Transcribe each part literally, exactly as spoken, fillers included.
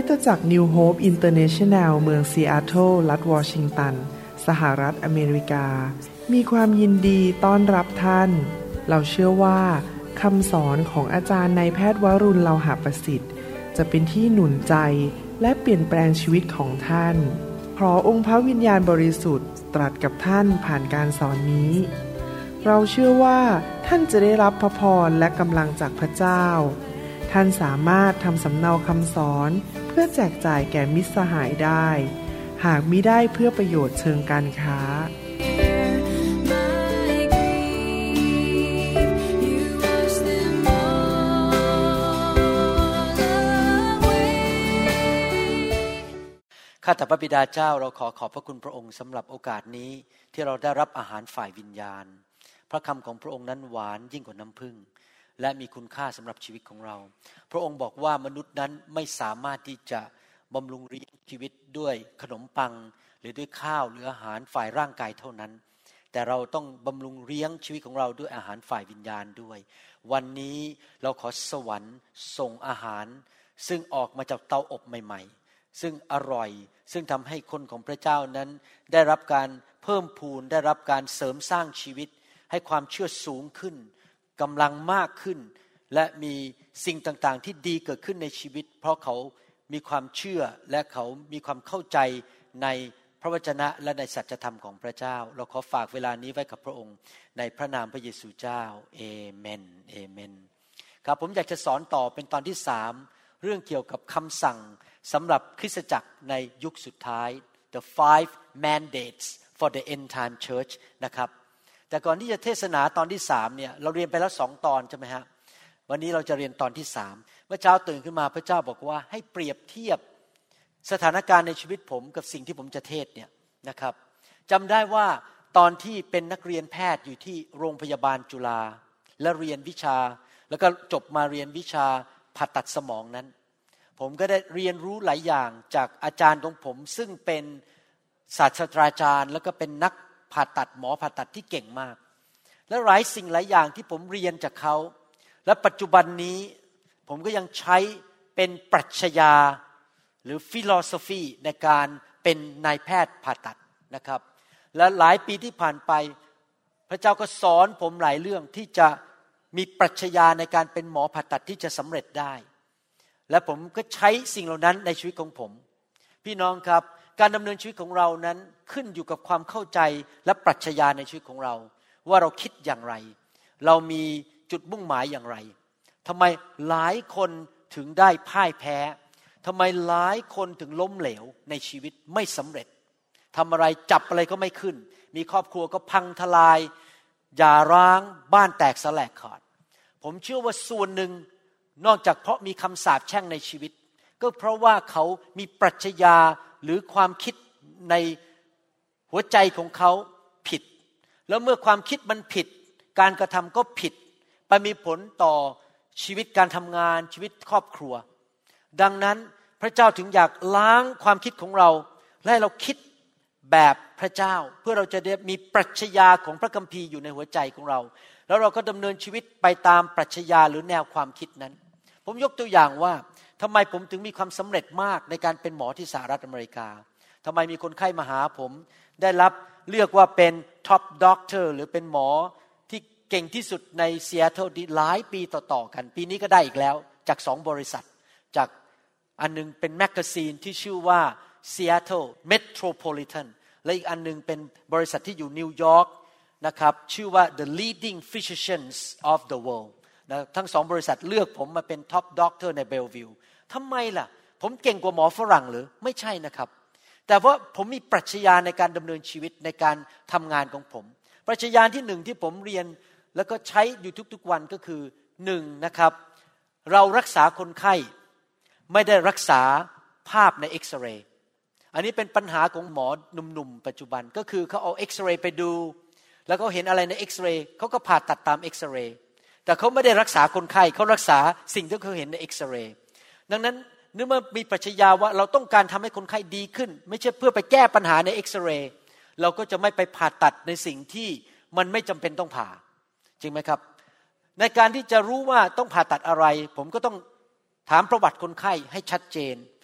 ตจักร New Hope International เมืองซีแอตเทิลรัฐวอชิงตันสหรัฐอเมริกามีความยินดีต้อนรับท่านเราเชื่อว่าคำสอนของอาจารย์นายแพทย์วรุณ เลาหะประสิทธิ์จะเป็นที่หนุนใจและเปลี่ยนแปลงชีวิตของท่านขอองค์พระวิญญาณบริสุทธิ์ตรัสกับท่านผ่านการสอนนี้เราเชื่อว่าท่านจะได้รับพระพรและกำลังจากพระเจ้าท่านสามารถทำสำเนาคำสอนเพื่อแจกจ่ายแก่มิตรสหายได้หากมิได้เพื่อประโยชน์เชิงการค้าข้าแต่พระบิดาเจ้าเราขอขอบพระคุณพระองค์สำหรับโอกาสนี้ที่เราได้รับอาหารฝ่ายวิญญาณพระคำของพระองค์นั้นหวานยิ่งกว่าน้ำผึ้งและมีคุณค่าสำหรับชีวิตของเราพระองค์บอกว่ามนุษย์นั้นไม่สามารถที่จะบำรุงเลี้ยงชีวิตด้วยขนมปังหรือด้วยข้าวหรืออาหารฝ่ายร่างกายเท่านั้นแต่เราต้องบำรุงเลี้ยงชีวิตของเราด้วยอาหารฝ่ายวิญญาณด้วยวันนี้เราขอสวรรค์ส่งอาหารซึ่งออกมาจากเตาอบใหม่ๆซึ่งอร่อยซึ่งทำให้คนของพระเจ้านั้นได้รับการเพิ่มพูนได้รับการเสริมสร้างชีวิตให้ความเชื่อสูงขึ้นกำลังมากขึ้นและมีสิ่งต่างๆที่ดีเกิดขึ้นในชีวิตเพราะเขามีความเชื่อและเขามีความเข้าใจในพระวจนะและในสัจธรรมของพระเจ้าเราขอฝากเวลานี้ไว้กับพระองค์ในพระนามพระเยซูเจ้าเอเมนเอเมนครับผมอยากจะสอนต่อเป็นตอนที่สามเรื่องเกี่ยวกับคำสั่งสำหรับคริสตจักรในยุคสุดท้าย the five mandates for the end time church นะครับแต่ก่อนที่จะเทศนาตอนที่สามเนี่ยเราเรียนไปแล้วสองตอนใช่ไหมฮะวันนี้เราจะเรียนตอนที่สามเมื่อเช้าตื่นขึ้นมาพระเจ้าบอกว่าให้เปรียบเทียบสถานการณ์ในชีวิตผมกับสิ่งที่ผมจะเทศเนี่ยนะครับจำได้ว่าตอนที่เป็นนักเรียนแพทย์อยู่ที่โรงพยาบาลจุฬาและเรียนวิชาแล้วก็จบมาเรียนวิชาผ่าตัดสมองนั้นผมก็ได้เรียนรู้หลายอย่างจากอาจารย์ของผมซึ่งเป็นศาสตราจารย์แล้วก็เป็นนักผ่าตัดหมอผ่าตัดที่เก่งมากและหลายสิ่งหลายอย่างที่ผมเรียนจากเขาและปัจจุบันนี้ผมก็ยังใช้เป็นปรัชญาหรือฟิโลโซฟีในการเป็นนายแพทย์ผ่าตัดนะครับและหลายปีที่ผ่านไปพระเจ้าก็สอนผมหลายเรื่องที่จะมีปรัชญาในการเป็นหมอผ่าตัดที่จะสำเร็จได้และผมก็ใช้สิ่งเหล่านั้นในชีวิตของผมพี่น้องครับการดำเนินชีวิตของเรานั้นขึ้นอยู่กับความเข้าใจและปรัชญาในชีวิตของเราว่าเราคิดอย่างไรเรามีจุดมุ่งหมายอย่างไรทำไมหลายคนถึงได้พ่ายแพ้ทำไมหลายคนถึงล้มเหลวในชีวิตไม่สำเร็จทำอะไรจับอะไรก็ไม่ขึ้นมีครอบครัวก็พังทลายหย่าร้างบ้านแตกสลายขาดผมเชื่อว่าส่วนหนึ่งนอกจากเพราะมีคำสาปแช่งในชีวิตก็เพราะว่าเขามีปรัชญาหรือความคิดในหัวใจของเขาผิดแล้วเมื่อความคิดมันผิดการกระทำก็ผิดไปมีผลต่อชีวิตการทำงานชีวิตครอบครัวดังนั้นพระเจ้าถึงอยากล้างความคิดของเราและให้เราคิดแบบพระเจ้าเพื่อเราจะได้มีปรัชญาของพระคัมภีร์อยู่ในหัวใจของเราแล้วเราก็ดำเนินชีวิตไปตามปรัชญาหรือแนวความคิดนั้นผมยกตัวอย่างว่าทำไมผมถึงมีความสำเร็จมากในการเป็นหมอที่สหรัฐอเมริกาทำไมมีคนไข้มาหาผมได้รับเลือกว่าเป็นท็อปด็อกเตอร์หรือเป็นหมอที่เก่งที่สุดในซีแอตเทิลที่หลายปีต่อๆกันปีนี้ก็ได้อีกแล้วจากสองบริษัทจากอันนึงเป็นแมกกาซีนที่ชื่อว่า Seattle Metropolitan และอีกอันนึงเป็นบริษัทที่อยู่นิวยอร์กนะครับชื่อว่า The Leading Physicians of the World นะทั้งสองบริษัทเลือกผมมาเป็นท็อปด็อกเตอร์ในเบลวิวทำไมล่ะผมเก่งกว่าหมอฝรั่งหรือไม่ใช่นะครับแต่ว่าผมมีปรัชญาในการดำเนินชีวิตในการทำงานของผมปรัชญาที่หนึ่งที่ผมเรียนแล้วก็ใช้อยู่ทุกๆวันก็คือหนึ่งนะครับเรารักษาคนไข้ไม่ได้รักษาภาพในเอ็กซเรย์อันนี้เป็นปัญหาของหมอหนุ่มๆปัจจุบันก็คือเขาเอาเอ็กซเรย์ไปดูแล้วเขาเห็นอะไรในเอ็กซเรย์เขาก็ผ่าตัดตามเอ็กซเรย์แต่เขาไม่ได้รักษาคนไข้เขารักษาสิ่งที่เขาเห็นในเอ็กซเรย์ดังนั้นเนื่องจากมีปรัชญาว่าเราต้องการทำให้คนไข้ดีขึ้นไม่ใช่เพื่อไปแก้ปัญหาในเอ็กซเรย์เราก็จะไม่ไปผ่าตัดในสิ่งที่มันไม่จำเป็นต้องผ่าจริงไหมครับในการที่จะรู้ว่าต้องผ่าตัดอะไรผมก็ต้องถามประวัติคนไข้ให้ชัดเจน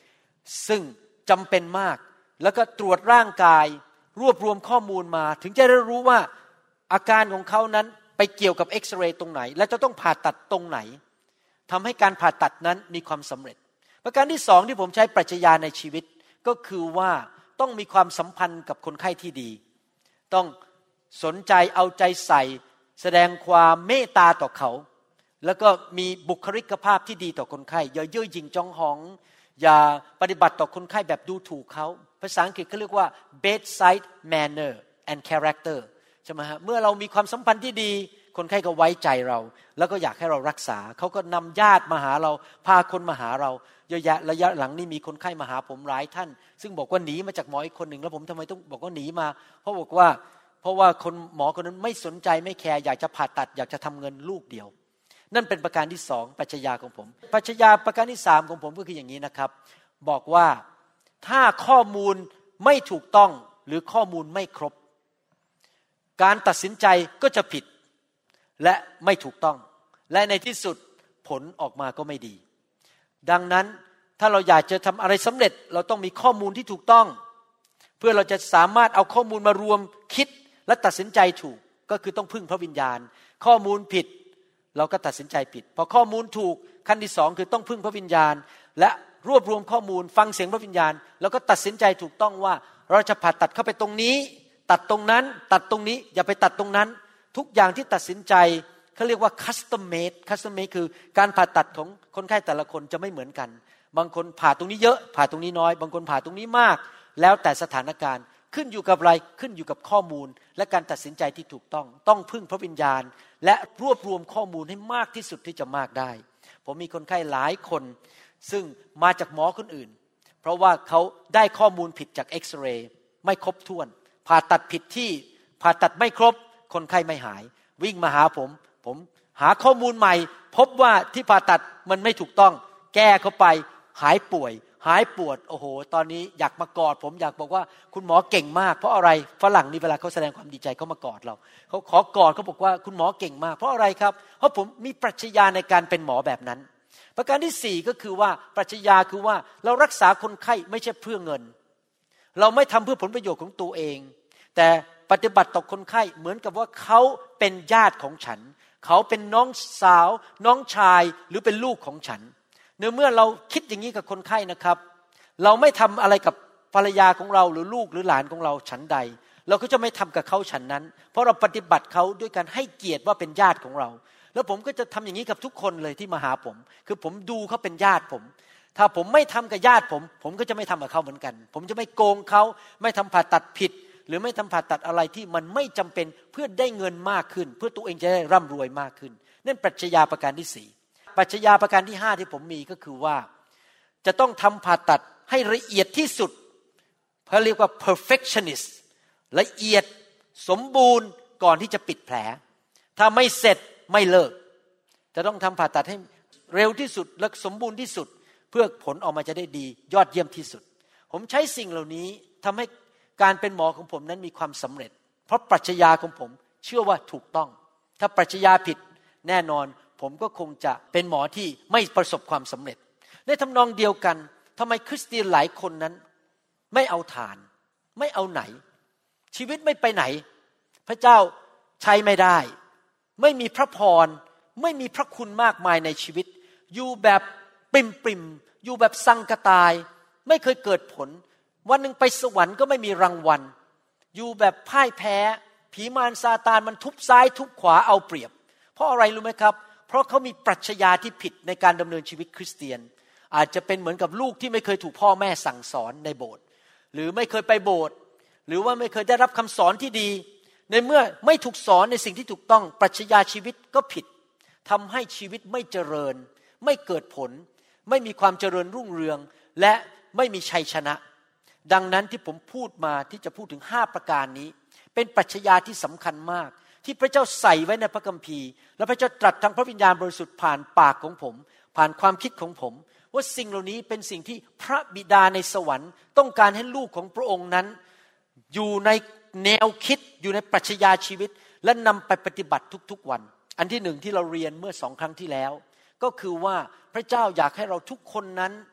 ซึ่งจำเป็นมากแล้วก็ตรวจร่างกายรวบรวมข้อมูลมาถึงจะได้รู้ว่าอาการของเขานั้นไปเกี่ยวกับเอ็กซเรย์ตรงไหนและจะต้องผ่าตัดตรงไหนทำให้การผ่าตัดนั้นมีความสำเร็จประการที่สองที่ผมใช้ปรัชญาในชีวิตก็คือว่าต้องมีความสัมพันธ์กับคนไข้ที่ดีต้องสนใจเอาใจใส่แสดงความเมตตาต่อเขาแล้วก็มีบุคลิกภาพที่ดีต่อคนไข้อย่าเย่อหยิ่งจองหองอย่าปฏิบัติต่อคนไข้แบบดูถูกเขาภาษาอังกฤษเขาเรียกว่า bedside manner and character ใช่ไหมฮะเมื่อเรามีความสัมพันธ์ที่ดีคนไข้ก็ไว้ใจเราแล้วก็อยากให้เรารักษาเขาก็นำญาติมาหาเราพาคนมาหาเราเยอะแยะระยะหลังนี่มีคนไข้มาหาผมหลายท่านซึ่งบอกว่าหนีมาจากหมออีกคนหนึ่งแล้วผมทำไมต้องบอกว่าหนีมาเพราะบอกว่าเพราะว่าคนหมอคนนั้นไม่สนใจไม่แคร์อยากจะผ่าตัดอยากจะทำเงินลูกเดียวนั่นเป็นประการที่สองปรัชญาของผมปรัชญาประการที่สามของผมก็คืออย่างนี้นะครับบอกว่าถ้าข้อมูลไม่ถูกต้องหรือข้อมูลไม่ครบการตัดสินใจก็จะผิดและไม่ถูกต้องและในที่สุดผลออกมาก็ไม่ดีดังนั้นถ้าเราอยากจะทำอะไรสำเร็จเราต้องมีข้อมูลที่ถูกต้องเพื่อเราจะสามารถเอาข้อมูลมารวมคิดและตัดสินใจถูกก็คือต้องพึ่งพระวิญญาณข้อมูลผิดเราก็ตัดสินใจผิดพอข้อมูลถูกขั้นที่สองคือต้องพึ่งพระวิญญาณและรวบรวมข้อมูลฟังเสียงพระวิญญาณแล้วก็ตัดสินใจถูกต้องว่าเราจะผ่าตัดเข้าไปตรงนี้ตัดตรงนั้นตัดตรงนี้อย่าไปตัดตรงนั้นทุกอย่างที่ตัดสินใจเขาเรียกว่า custom made custom made คือการผ่าตัดของคนไข้แต่ละคนจะไม่เหมือนกันบางคนผ่าตรงนี้เยอะผ่าตรงนี้น้อยบางคนผ่าตรงนี้มากแล้วแต่สถานการณ์ขึ้นอยู่กับอะไรขึ้นอยู่กับข้อมูลและการตัดสินใจที่ถูกต้องต้องพึ่งพระวิญญาณและรวบรวมข้อมูลให้มากที่สุดที่จะมากได้ผมมีคนไข้หลายคนซึ่งมาจากหมอคนอื่นเพราะว่าเขาได้ข้อมูลผิดจากเอ็กซเรย์ไม่ครบถ้วนผ่าตัดผิดที่ผ่าตัดไม่ครบคนไข้ไม่หายวิ่งมาหาผมผมหาข้อมูลใหม่พบว่าที่ผ่าตัดมันไม่ถูกต้องแก้เข้าไปหายป่วยหายปวดโอ้โหตอนนี้อยากมากอดผมอยากบอกว่าคุณหมอเก่งมากเพราะอะไรฝรั่งนี่เวลาเขาแสดงความดีใจเขามากอดเราเขาขอกอดเขาบอกว่าคุณหมอเก่งมากเพราะอะไรครับเพราะผมมีปรัชญาในการเป็นหมอแบบนั้นประการที่สี่ก็คือว่าปรัชญาคือว่าเรารักษาคนไข้ไม่ใช่เพื่อเงินเราไม่ทำเพื่อผลประโยชน์ของตัวเองแต่ปฏิบัติต่อคนไข้เหมือนกับว่าเขาเป็นญาติของฉันเขาเป็นน้องสาวน้องชายหรือเป็นลูกของฉันเนื่อเมื่อเราคิดอย่างนี้กับคนไข้นะครับเราไม่ทำอะไรกับภรรยาของเราหรือลูกหรือหลานของเราฉันใดเราก็จะไม่ทำกับเขาฉันนั้นเพราะเราปฏิบัติเขาด้วยการให้เกียรติว่าเป็นญาติของเราแล้วผมก็จะทำอย่างนี้กับทุกคนเลยที่มาหาผมคือผมดูเขาเป็นญาติผมถ้าผมไม่ทำกับญาติผมผมก็จะไม่ทำกับเขาเหมือนกันผมจะไม่โกงเขาไม่ทำผ่าตัดผิดหรือไม่ทำผ่าตัดอะไรที่มันไม่จำเป็นเพื่อได้เงินมากขึ้นเพื่อตัวเองจะได้ร่ำรวยมากขึ้นนั่นปรัชญาประการที่สี่ปรัชญาประการที่ห้าที่ผมมีก็คือว่าจะต้องทำผ่าตัดให้ละเอียดที่สุดเขาเรียกว่า perfectionist ละเอียดสมบูรณ์ก่อนที่จะปิดแผลถ้าไม่เสร็จไม่เลิกจะต้องทำผ่าตัดให้เร็วที่สุดและสมบูรณ์ที่สุดเพื่อผลออกมาจะได้ดียอดเยี่ยมที่สุดผมใช้สิ่งเหล่านี้ทำให้การเป็นหมอของผมนั้นมีความสำเร็จเพราะปรัชญาของผมเชื่อว่าถูกต้องถ้าปรัชญาผิดแน่นอนผมก็คงจะเป็นหมอที่ไม่ประสบความสำเร็จในทำนองเดียวกันทำไมคริสเตียนหลายคนนั้นไม่เอาทานไม่เอาไหนชีวิตไม่ไปไหนพระเจ้าใช้ไม่ได้ไม่มีพระพรไม่มีพระคุณมากมายในชีวิตอยู่แบบปริมปริมอยู่แบบสังกตายไม่เคยเกิดผลวันหนึ่งไปสวรรค์ก็ไม่มีรางวัลอยู่แบบพ่ายแพ้ผีมารซาตานมันทุบซ้ายทุบขวาเอาเปรียบเพราะอะไรรู้ไหมครับเพราะเขามีปรัชญาที่ผิดในการดำเนินชีวิตคริสเตียนอาจจะเป็นเหมือนกับลูกที่ไม่เคยถูกพ่อแม่สั่งสอนในโบสถ์หรือไม่เคยไปโบสถ์หรือว่าไม่เคยได้รับคำสอนที่ดีในเมื่อไม่ถูกสอนในสิ่งที่ถูกต้องปรัชญาชีวิตก็ผิดทำให้ชีวิตไม่เจริญไม่เกิดผลไม่มีความเจริญรุ่งเรืองและไม่มีชัยชนะดังนั้นที่ผมพูดมาที่จะพูดถึงห้าประการนี้เป็นปรัชญาที่สำคัญมากที่พระเจ้าใส่ไว้ในพระคัมภีร์และพระเจ้าตรัสทางพระวิญญาณบริสุทธิ์ผ่านปากของผมผ่านความคิดของผมว่าสิ่งเหล่านี้เป็นสิ่งที่พระบิดาในสวรรค์ต้องการให้ลูกของพระองค์นั้นอยู่ในแนวคิดอยู่ในปรัชญาชีวิตและนำไปปฏิบัติทุกๆวันอันที่หนึ่งที่เราเรียนเมื่อสองครั้งที่แล้วก็คือว่าพระเจ้าอยากให้เราทุกคนนั้น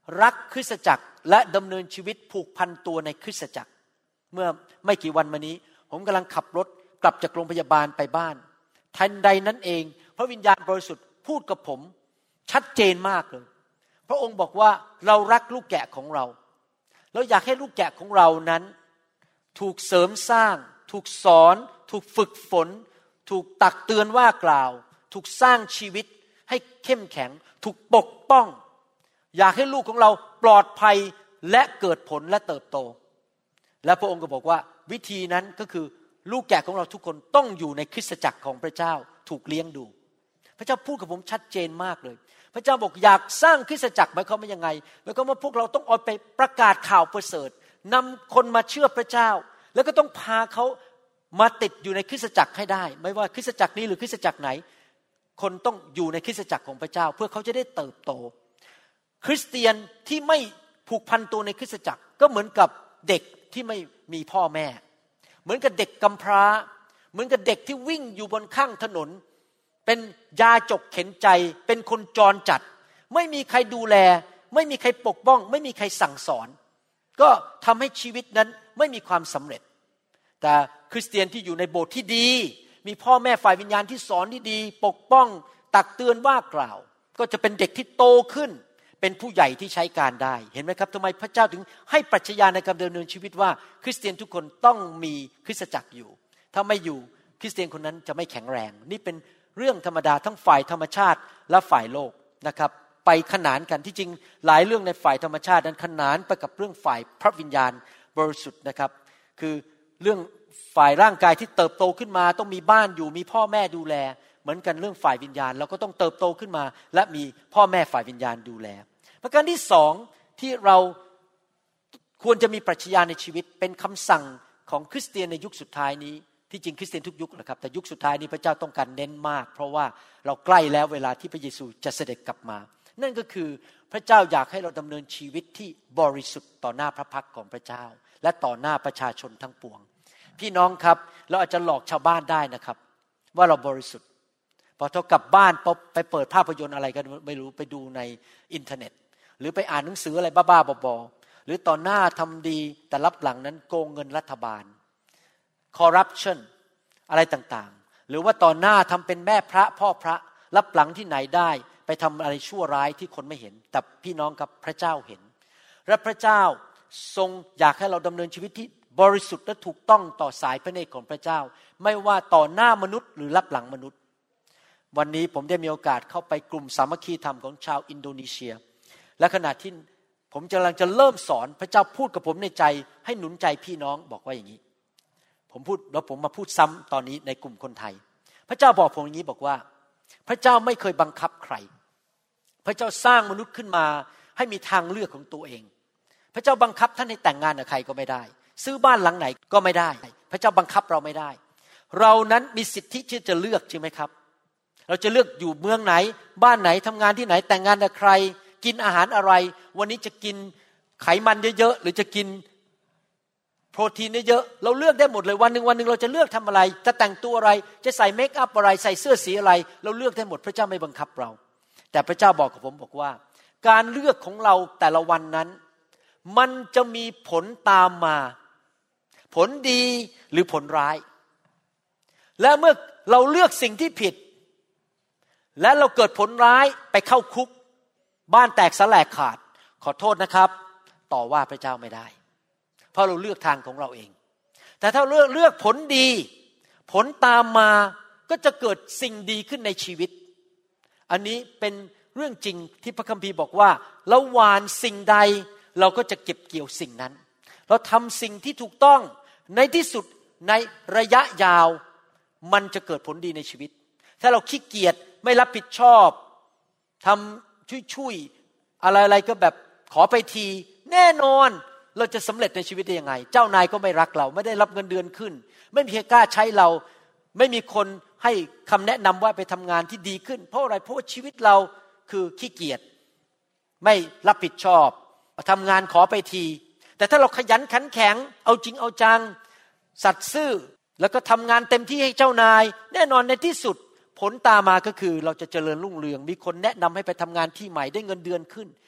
รักคริสตจักรและดำเนินชีวิตผูกพันตัวในคริสตจักรเมื่อไม่กี่วันมานี้ผมกำลังขับรถกลับจากโรงพยาบาลไปบ้านทันใดนั้นเองพระวิญญาณบริสุทธิ์พูดกับผมชัดเจนมากเลยพระองค์บอกว่าเรารักลูกแกะของเราเราอยากให้ลูกแกะของเรานั้นถูกเสริมสร้างถูกสอนถูกฝึกฝนถูกตักเตือนว่ากล่าวถูกสร้างชีวิตให้เข้มแข็งถูกปกป้องอยากให้ลูกของเราปลอดภัยและเกิดผลและเติบโตและพระองค์ก็บอกว่าวิธีนั้นก็คือลูกแกะของเราทุกคนต้องอยู่ในคริสตจักรของพระเจ้าถูกเลี้ยงดูพระเจ้าพูดกับผมชัดเจนมากเลยพระเจ้าบอกอยากสร้างคริสตจักรหมายความว่ายังไงหมายความว่าพวกเราต้องออกไปประกาศข่าวประเสริฐนำคนมาเชื่อพระเจ้าแล้วก็ต้องพาเขามาติดอยู่ในคริสตจักรให้ได้ไม่ว่าคริสตจักรนี้หรือคริสตจักรไหนคนต้องอยู่ในคริสตจักรของพระเจ้าเพื่อเขาจะได้เติบโตคริสเตียนที่ไม่ผูกพันตัวในคริสตจักรก็เหมือนกับเด็กที่ไม่มีพ่อแม่เหมือนกับเด็กกำพร้าเหมือนกับเด็กที่วิ่งอยู่บนข้างถนนเป็นยาจกเข็นใจเป็นคนจรจัดไม่มีใครดูแลไม่มีใครปกป้องไม่มีใครสั่งสอนก็ทำให้ชีวิตนั้นไม่มีความสำเร็จแต่คริสเตียนที่อยู่ในโบสถ์ที่ดีมีพ่อแม่ฝ่ายวิญญาณที่สอนที่ดีปกป้องตักเตือนว่ากล่าวก็จะเป็นเด็กที่โตขึ้นเป็นผู้ใหญ่ที่ใช้การได้เห็นไหมครับทำไมพระเจ้าถึงให้ปรัชญาในการดำเนินชีวิตว่าคริสเตียนทุกคนต้องมีคริสตจักรอยู่ถ้าไม่อยู่คริสเตียนคนนั้นจะไม่แข็งแรงนี่เป็นเรื่องธรรมดาทั้งฝ่ายธรรมชาติและฝ่ายโลกนะครับไปขนานกันที่จริงหลายเรื่องในฝ่ายธรรมชาตินั้นขนานไปกับเรื่องฝ่ายพระวิญญาณบริสุทธิ์นะครับคือเรื่องฝ่ายร่างกายที่เติบโตขึ้นมาต้องมีบ้านอยู่มีพ่อแม่ดูแลเหมือนกันเรื่องฝ่ายวิญญาณเราก็ต้องเติบโตขึ้นมาและมีพ่อแม่ฝ่ายวิญญาณดูแลประการที่สองที่เราควรจะมีปรัชญาในชีวิตเป็นคำสั่งของคริสเตียนในยุคสุดท้ายนี้ที่จริงคริสเตียนทุกยุคแหละครับแต่ยุคสุดท้ายนี้พระเจ้าต้องการเน้นมากเพราะว่าเราใกล้แล้วเวลาที่พระเยซูจะเสด็จกลับมานั่นก็คือพระเจ้าอยากให้เราดำเนินชีวิตที่บริสุทธิ์ต่อหน้าพระพักของพระเจ้าและต่อหน้าประชาชนทั้งปวงพี่น้องครับเราอาจจะหลอกชาวบ้านได้นะครับว่าเราบริสุทธิ์พอเรากลับบ้านปุ๊บไปเปิดภาพยนตร์อะไรกันไม่รู้ไปดูในอินเทอร์เน็ตหรือไปอ่านหนังสืออะไรบ้าๆบอๆหรือต่อหน้าทำดีแต่รับหลังนั้นโกงเงินรัฐบาลคอร์รัปชันอะไรต่างๆหรือว่าต่อหน้าทำเป็นแม่พระพ่อพระรับหลังที่ไหนได้ไปทำอะไรชั่วร้ายที่คนไม่เห็นแต่พี่น้องครับพระเจ้าเห็นและพระเจ้าทรงอยากให้เราดำเนินชีวิตที่บริสุทธิ์และถูกต้องต่อสายพระเนตรของพระเจ้าไม่ว่าต่อหน้ามนุษย์หรือรับหลังมนุษย์วันนี้ผมได้มีโอกาสเข้าไปกลุ่มสามัคคีธรรมของชาวอินโดนีเซียและขณะที่ผมกำลังจะเริ่มสอนพระเจ้าพูดกับผมในใจให้หนุนใจพี่น้องบอกว่าอย่างนี้ผมพูดแล้วผมมาพูดซ้ำตอนนี้ในกลุ่มคนไทยพระเจ้าบอกผมอย่างนี้บอกว่าพระเจ้าไม่เคยบังคับใครพระเจ้าสร้างมนุษย์ขึ้นมาให้มีทางเลือกของตัวเองพระเจ้าบังคับท่านให้แต่งงานกับใครก็ไม่ได้ซื้อบ้านหลังไหนก็ไม่ได้พระเจ้าบังคับเราไม่ได้เรานั้นมีสิทธิที่จะเลือกใช่ไหมครับเราจะเลือกอยู่เมืองไหนบ้านไหนทำงานที่ไหนแต่งงานกับใครกินอาหารอะไรวันนี้จะกินไขมันเยอะๆหรือจะกินโปรตีนเยอะๆเราเลือกได้หมดเลยวันนึงวันนึงเราจะเลือกทำอะไรจะแต่งตัวอะไรจะใส่เมคอัพอะไรใส่เสื้อสีอะไรเราเลือกได้หมดพระเจ้าไม่บังคับเราแต่พระเจ้าบอกกับผมบอกว่าการเลือกของเราแต่ละวันนั้นมันจะมีผลตามมาผลดีหรือผลร้ายและเมื่อเราเลือกสิ่งที่ผิดและเราเกิดผลร้ายไปเข้าคุกบ้านแตกสลายขาดขอโทษนะครับต่อว่าพระเจ้าไม่ได้เพราะเราเลือกทางของเราเองแต่ถ้าเลือกเลือกผลดีผลตามมาก็จะเกิดสิ่งดีขึ้นในชีวิตอันนี้เป็นเรื่องจริงที่พระคัมภีร์บอกว่าเราหว่านสิ่งใดเราก็จะเก็บเกี่ยวสิ่งนั้นเราทำสิ่งที่ถูกต้องในที่สุดในระยะยาวมันจะเกิดผลดีในชีวิตถ้าเราขี้เกียจไม่รับผิดชอบทำชุยๆอะไรๆก็แบบขอไปทีแน่นอนเราจะสำเร็จในชีวิตได้ยังไงเจ้านายก็ไม่รักเราไม่ได้รับเงินเดือนขึ้นไม่มีใครกล้าใช้เราไม่มีคนให้คำแนะนำว่าไปทำงานที่ดีขึ้นเพราะอะไรเพราะว่าชีวิตเราคือขี้เกียจไม่รับผิดชอบทำงานขอไปทีแต่ถ้าเราขยันขันแข็งเอาจริงเอาจังสัตย์ซื่อแล้วก็ทำงานเต็มที่ให้เจ้านายแน่นอนในที่สุดผลตามมาก็คือเราจะเจริญรุ่งเรืองมีคนแนะนำให้ไปทำงานที่ใหม่ได้เงินเดือนขึ้น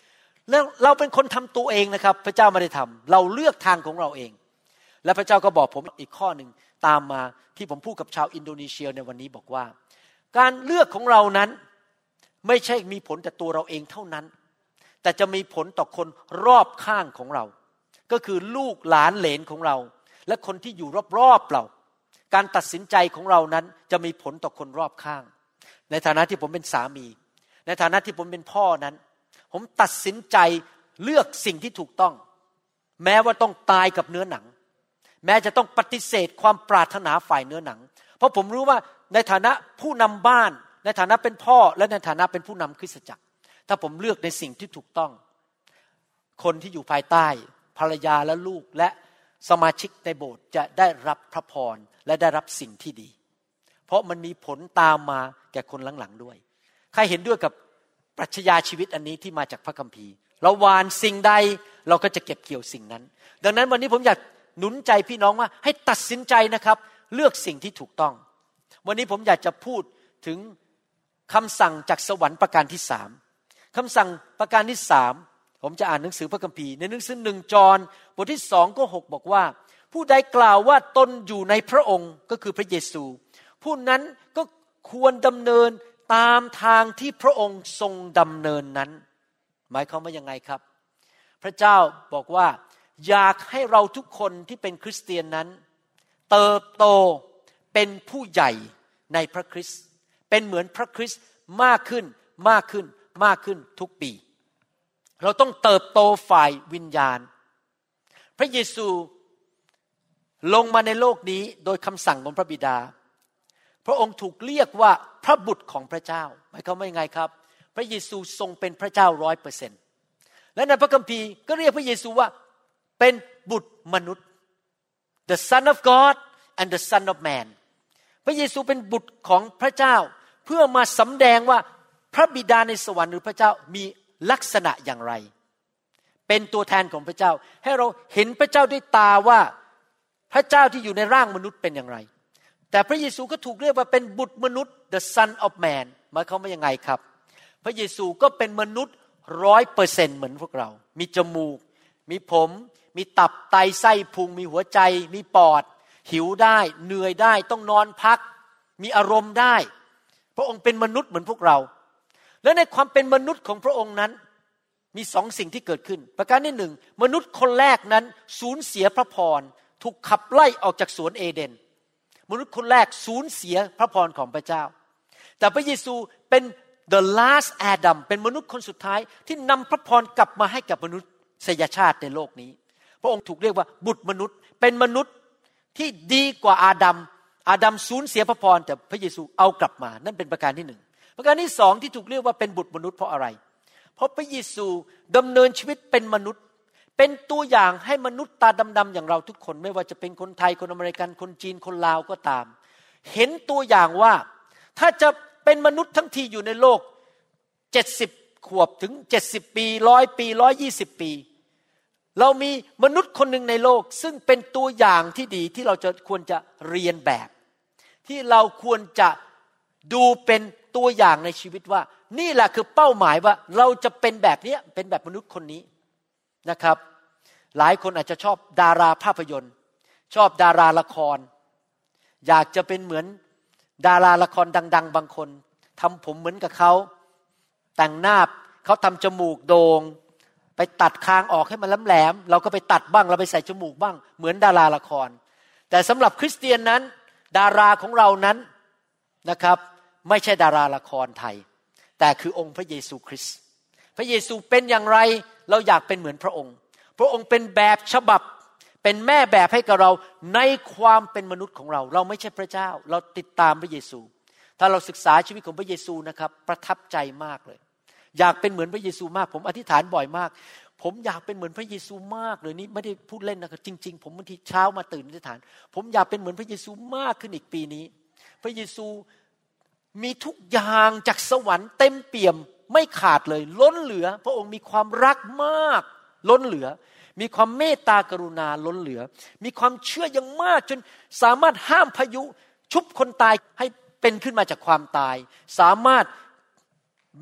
แล้วเราเป็นคนทำตัวเองนะครับพระเจ้าไม่ได้ทำเราเลือกทางของเราเองและพระเจ้าก็บอกผมอีกข้อหนึ่งตามมาที่ผมพูดกับชาวอินโดนีเซียในวันนี้บอกว่าการเลือกของเรานั้นไม่ใช่มีผลแต่ตัวเราเองเท่านั้นแต่จะมีผลต่อคนรอบข้างของเราก็คือลูกหลานเหลนของเราและคนที่อยู่รอบๆเราการตัดสินใจของเรานั้นจะมีผลต่อคนรอบข้างในฐานะที่ผมเป็นสามีในฐานะที่ผมเป็นพ่อนั้นผมตัดสินใจเลือกสิ่งที่ถูกต้องแม้ว่าต้องตายกับเนื้อหนังแม้จะต้องปฏิเสธความปรารถนาฝ่ายเนื้อหนังเพราะผมรู้ว่าในฐานะผู้นำบ้านในฐานะเป็นพ่อและในฐานะเป็นผู้นำคริสตจักรถ้าผมเลือกในสิ่งที่ถูกต้องคนที่อยู่ภายใต้ภรรยาและลูกและสมาชิกในโบสถ์จะได้รับพระพรและได้รับสิ่งที่ดีเพราะมันมีผลตามมาแก่คนหลังๆด้วยใครเห็นด้วยกับปรัชญาชีวิตอันนี้ที่มาจากพระคัมภีร์เราหว่านสิ่งใดเราก็จะเก็บเกี่ยวสิ่งนั้นดังนั้นวันนี้ผมอยากหนุนใจพี่น้องว่าให้ตัดสินใจนะครับเลือกสิ่งที่ถูกต้องวันนี้ผมอยากจะพูดถึงคำสั่งจากสวรรค์ประการที่สามคำสั่งประการที่สามผมจะอ่านหนังสือพระคัมภีร์ในหนังสือหนึ่งจอห์นบทที่สองข้อหกบอกว่าผู้ใดกล่าวว่าตนอยู่ในพระองค์ก็คือพระเยซูผู้นั้นก็ควรดำเนินตามทางที่พระองค์ทรงดำเนินนั้นหมายความว่ายังไงครับพระเจ้าบอกว่าอยากให้เราทุกคนที่เป็นคริสเตียนนั้นเติบโตเป็นผู้ใหญ่ในพระคริสต์เป็นเหมือนพระคริสต์มากขึ้นมากขึ้นมากขึ้นทุกปีเราต้องเติบโตฝ่ายวิญญาณพระเยซูลงมาในโลกนี้โดยคำสั่งของพระบิดาพระองค์ถูกเรียกว่าพระบุตรของพระเจ้าหมายความว่ายังไงครับพระเยซูทรงเป็นพระเจ้า ร้อยเปอร์เซ็นต์ และในพระคัมภีร์ก็เรียกพระเยซูว่าเป็นบุตรมนุษย์ the son of God and the son of man พระเยซูเป็นบุตรของพระเจ้าเพื่อมาสำแดงว่าพระบิดาในสวรรค์หรือพระเจ้ามีลักษณะอย่างไรเป็นตัวแทนของพระเจ้าให้เราเห็นพระเจ้าด้วยตาว่าพระเจ้าที่อยู่ในร่างมนุษย์เป็นอย่างไรแต่พระเยซูก็ถูกเรียกว่าเป็นบุตรมนุษย์ the son of man หมายความว่ายังไงครับพระเยซูก็เป็นมนุษย์ ร้อยเปอร์เซ็นต์ เหมือนพวกเรามีจมูกมีผมมีตับไตไส้พุงมีหัวใจมีปอดหิวได้เหนื่อยได้ต้องนอนพักมีอารมณ์ได้พระองค์เป็นมนุษย์เหมือนพวกเราและในความเป็นมนุษย์ของพระองค์นั้นมีสองสิ่งที่เกิดขึ้นประการที่หนึ่งมนุษย์คนแรกนั้นสูญเสียพระพรถูกขับไล่ออกจากสวนเอเดนมนุษย์คนแรกสูญเสียพระพรของพระเจ้าแต่พระเยซูเป็น the last Adam เป็นมนุษย์คนสุดท้ายที่นำพระพรกลับมาให้กับมนุษยชาติในโลกนี้พระองค์ถูกเรียกว่าบุตรมนุษย์เป็นมนุษย์ที่ดีกว่าอาดัมอาดัมสูญเสียพระพรแต่พระเยซูเอากลับมานั่นเป็นประการที่หนึ่งประการที่สองที่ถูกเรียกว่าเป็นบุตรมนุษย์เพราะอะไรเพราะพระเยซูดำเนินชีวิตเป็นมนุษย์เป็นตัวอย่างให้มนุษย์ตาดำๆอย่างเราทุกคนไม่ว่าจะเป็นคนไทยคนอเมริกันคนจีนคนลาวก็ตามเห็นตัวอย่างว่าถ้าจะเป็นมนุษย์ทั้งทีอยู่ในโลกเจ็ดสิบขวบถึงเจ็ดสิบปีหนึ่งร้อยปีหนึ่งร้อยยี่สิบปีเรามีมนุษย์คนหนึ่งในโลกซึ่งเป็นตัวอย่างที่ดีที่เราจะควรจะเรียนแบบที่เราควรจะดูเป็นตัวอย่างในชีวิตว่านี่แหละคือเป้าหมายว่าเราจะเป็นแบบนี้เป็นแบบมนุษย์คนนี้นะครับหลายคนอาจจะชอบดาราภาพยนตร์ชอบดาราละครอยากจะเป็นเหมือนดาราละครดังๆบางคนทำผมเหมือนกับเขาแต่งหน้าเขาทำจมูกโด่งไปตัดคางออกให้มันแหลมๆเราก็ไปตัดบ้างเราไปใส่จมูกบ้างเหมือนดาราละครแต่สำหรับคริสเตียนนั้นดาราของเรานั้นนะครับไม่ใช่ดาราละครไทยแต่คือองค์พระเยซูคริสต์พระเยซูเป็นอย่างไรเราอยากเป็นเหมือนพระองค์พระองค์เป็นแบบฉบับเป็นแม่แบบให้กับเราในความเป็นมนุษย์ของเราเราไม่ใช่พระเจ้าเราติดตามพระเยซูถ้าเราศึกษาชีวิตของพระเยซูนะครับประทับใจมากเลยอยากเป็นเหมือนพระเยซูมากผมอธิษฐานบ่อยมากผมอยากเป็นเหมือนพระเยซูมากเลยนี่ไม่ได้พูดเล่นนะครับจริงๆผมบางทีเช้ามาตื่นอธิษฐานผมอยากเป็นเหมือนพระเยซูมากขึ้นอีกปีนี้พระเยซูมีทุกอย่างจากสวรรค์เต็มเปี่ยมไม่ขาดเลยล้นเหลือพระองค์มีความรักมากล้นเหลือมีความเมตตากรุณาล้นเหลือมีความเชื่ออย่างมากจนสามารถห้ามพายุชุบคนตายให้เป็นขึ้นมาจากความตายสามารถแบ่ง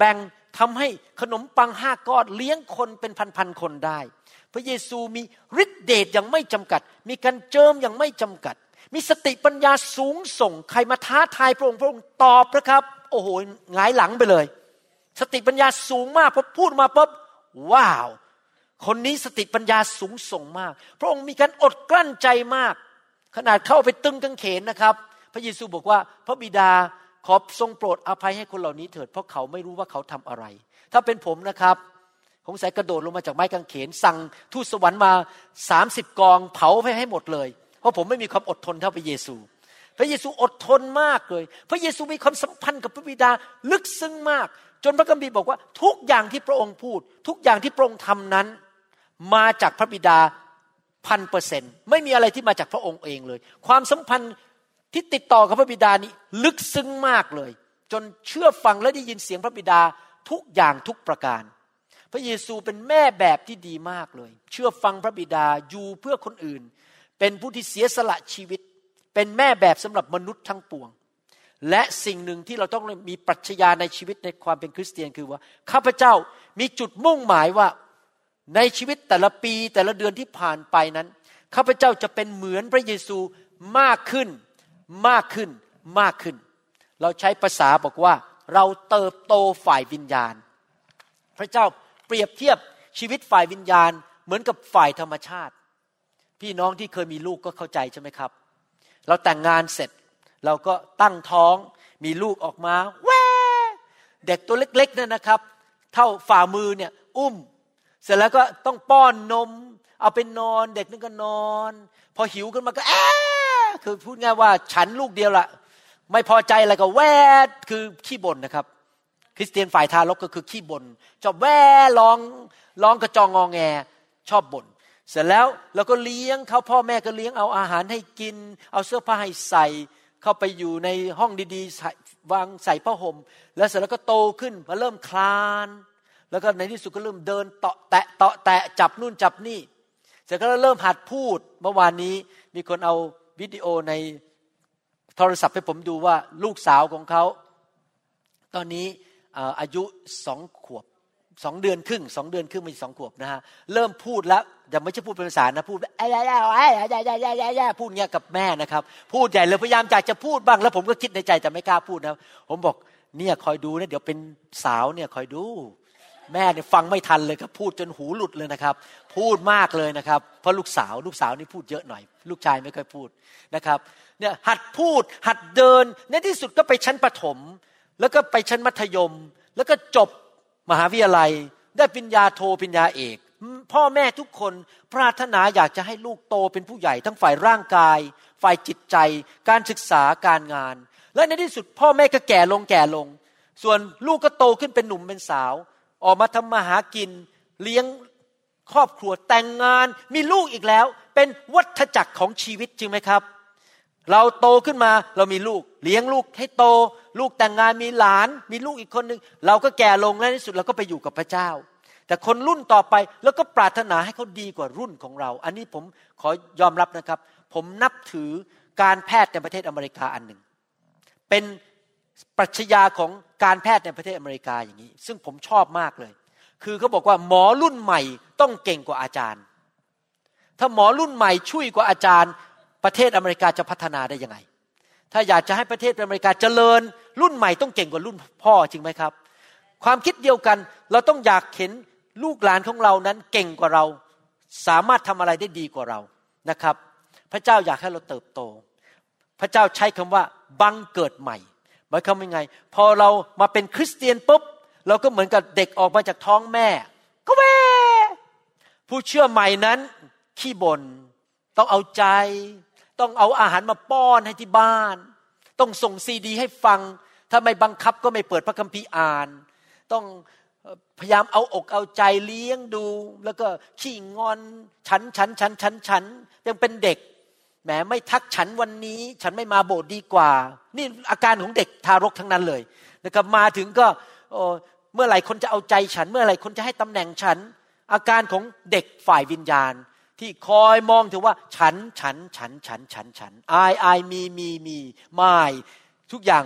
ทำให้ขนมปังห้าก้อนเลี้ยงคนเป็นพันๆคนได้พระเยซูมีฤทธิเดชอย่างไม่จำกัดมีการเจิมอย่างไม่จำกัดมีสติปัญญาสูงส่งใครมาท้าทายพระองค์พระองค์ตอบนะครับโอ้โหหงายหลังไปเลยสติปัญญาสูงมากพอพูดมาปุ๊บว้าวคนนี้สติปัญญาสูงส่งมากพระองค์มีการอดกลั้นใจมากขนาดเข้าไปตึงกางเขนนะครับพระเยซูบอกว่าพระบิดาขอทรงโปรดอภัยให้คนเหล่านี้เถิดเพราะเขาไม่รู้ว่าเขาทำอะไรถ้าเป็นผมนะครับผมใส่กระโดดลงมาจากไม้กางเขนสั่งทูตสวรรค์มาสามสิบกองเผาไปให้หมดเลยเพราะผมไม่มีความอดทนเท่าพระเยซูพระเยซูอดทนมากเลยพระเยซูมีความสัมพันธ์กับพระบิดาลึกซึ้งมากจนพระคัมภีร์บอกว่าทุกอย่างที่พระองค์พูดทุกอย่างที่พระองค์ทำนั้นมาจากพระบิดาพันเปอร์เซ็นต์ไม่มีอะไรที่มาจากพระองค์เองเลยความสัมพันธ์ที่ติดต่อกับพระบิดานี้ลึกซึ้งมากเลยจนเชื่อฟังและได้ยินเสียงพระบิดาทุกอย่างทุกประการพระเยซูเป็นแม่แบบที่ดีมากเลยเชื่อฟังพระบิดาอยู่เพื่อคนอื่นเป็นผู้ที่เสียสละชีวิตเป็นแม่แบบสำหรับมนุษย์ทั้งปวงและสิ่งหนึ่งที่เราต้องมีปรัชญาในชีวิตในความเป็นคริสเตียนคือว่าข้าพเจ้ามีจุดมุ่งหมายว่าในชีวิตแต่ละปีแต่ละเดือนที่ผ่านไปนั้นข้าพเจ้าจะเป็นเหมือนพระเยซูมากขึ้นมากขึ้นมากขึ้นเราใช้ภาษาบอกว่าเราเติบโตฝ่ายวิญญาณพระเจ้าเปรียบเทียบชีวิตฝ่ายวิญญาณเหมือนกับฝ่ายธรรมชาติพี่น้องที่เคยมีลูกก็เข้าใจใช่ไหมครับเราแต่งงานเสร็จเราก็ตั้งท้องมีลูกออกมาแว่เด็กตัวเล็กๆนั่นนะครับเท่าฝ่ามือเนี่ยอุ้มเสร็จแล้วก็ต้องป้อนนมเอาไปนอนเด็กนั่นก็นอนพอหิวขึ้นมาก็แอะคือพูดง่ายว่าฉันลูกเดียวละไม่พอใจอะไรก็แว่คือขี้บ่นนะครับคริสเตียนฝ่ายทารกก็คือขี้บ่นชอบแว่ร้องร้องกระจองงอแงชอบบ่นเสร็จแล้วเราก็เลี้ยงเขาพ่อแม่ก็เลี้ยงเอาอาหารให้กินเอาเสื้อผ้าให้ใส่เข้าไปอยู่ในห้องดีๆวางใส่ผ้าห่มแล้วเสร็จแล้วก็โตขึ้นมาเริ่มคลานแล้วก็ในที่สุดก็เริ่มเดินเตาะแตะเตาะแตะจับนู่นจับนี่เสร็จก็เริ่มหัดพูดเมื่อวานนี้มีคนเอาวิดีโอในโทรศัพท์ให้ผมดูว่าลูกสาวของเขาตอนนี้อายุสองขวบสองเดือนครึ่งสองเดือนครึ่งไม่สองขวบนะฮะเริ่มพูดแล้วแต่ไม่ใช่พูดเป็นภาษานะพูดแย่ๆๆๆๆพูดเงี้ยกับแม่นะครับพูดใหญ่เลยพยายามอยากจะพูดบ้างแล้วผมก็คิดในใจแต่ไม่กล้าพูดนะผมบอกเนี่ยคอยดูนะเดี๋ยวเป็นสาวเนี่ยคอยดูแม่เนี่ยฟังไม่ทันเลยครับพูดจนหูหลุดเลยนะครับพูดมากเลยนะครับเพราะลูกสาวลูกสาวนี่พูดเยอะหน่อยลูกชายไม่ค่อยพูดนะครับเนี่ยหัดพูดหัดเดินในที่สุดก็ไปชั้นประถมแล้วก็ไปชั้นมัธยมแล้วก็จบมหาวิทยาลัยได้ปริญญาโทปริญญาเอกพ่อแม่ทุกคนปรารถนาอยากจะให้ลูกโตเป็นผู้ใหญ่ทั้งฝ่ายร่างกายฝ่ายจิตใจการศึกษาการงานและในที่สุดพ่อแม่ก็แก่ลงแก่ลงส่วนลูกก็โตขึ้นเป็นหนุ่มเป็นสาวออกมาทำมาหากินเลี้ยงครอบครัวแต่งงานมีลูกอีกแล้วเป็นวัฏจักรของชีวิตจริงไหมครับเราโตขึ้นมาเรามีลูกเลี้ยงลูกให้โตลูกแต่งงานมีหลานมีลูกอีกคนนึงเราก็แก่ลงและในที่สุดเราก็ไปอยู่กับพระเจ้าแต่คนรุ่นต่อไปแล้วก็ปรารถนาให้เขาดีกว่ารุ่นของเราอันนี้ผมขอยอมรับนะครับผมนับถือการแพทย์ในประเทศอเมริกาอันหนึ่งเป็นปรัชญาของการแพทย์ในประเทศอเมริกาอย่างนี้ซึ่งผมชอบมากเลยคือเขาบอกว่าหมอรุ่นใหม่ต้องเก่งกว่าอาจารย์ถ้าหมอรุ่นใหม่ช่วยกว่าอาจารย์ประเทศอเมริกาจะพัฒนาได้ยังไงถ้าอยากจะให้ประเทศอเมริกาเจริญรุ่นใหม่ต้องเก่งกว่ารุ่นพ่อจริงไหมครับความคิดเดียวกันเราต้องอยากเห็นลูกหลานของเรานั้นเก่งกว่าเราสามารถทำอะไรได้ดีกว่าเรานะครับพระเจ้าอยากให้เราเติบโตพระเจ้าใช้คำว่าบังเกิดใหม่หมายความว่าไงพอเรามาเป็นคริสเตียนปุ๊บเราก็เหมือนกับเด็กออกมาจากท้องแม่ก็แว่ผู้เชื่อใหม่นั้นขี้บ่นต้องเอาใจต้องเอาอาหารมาป้อนให้ที่บ้านต้องส่งซีดีให้ฟังถ้าไม่บังคับก็ไม่เปิดพระคัมภีร์อ่านต้องพยายามเอาอกเอาใจเลี้ยงดูแล้วก็ขี้งอนฉันฉันฉันฉันฉันยังเป็นเด็กแหมไม่ทักฉันวันนี้ฉันไม่มาโบสถ์ดีกว่านี่อาการของเด็กทารกทั้งนั้นเลยนะครับมาถึงก็เมื่อไหร่คนจะเอาใจฉันเมื่อไหร่คนจะให้ตำแหน่งฉันอาการของเด็กฝ่ายวิญญาณที่คอยมองถึงว่าฉันฉันฉันฉันฉันฉัน I I มีมีมีไม่ทุกอย่าง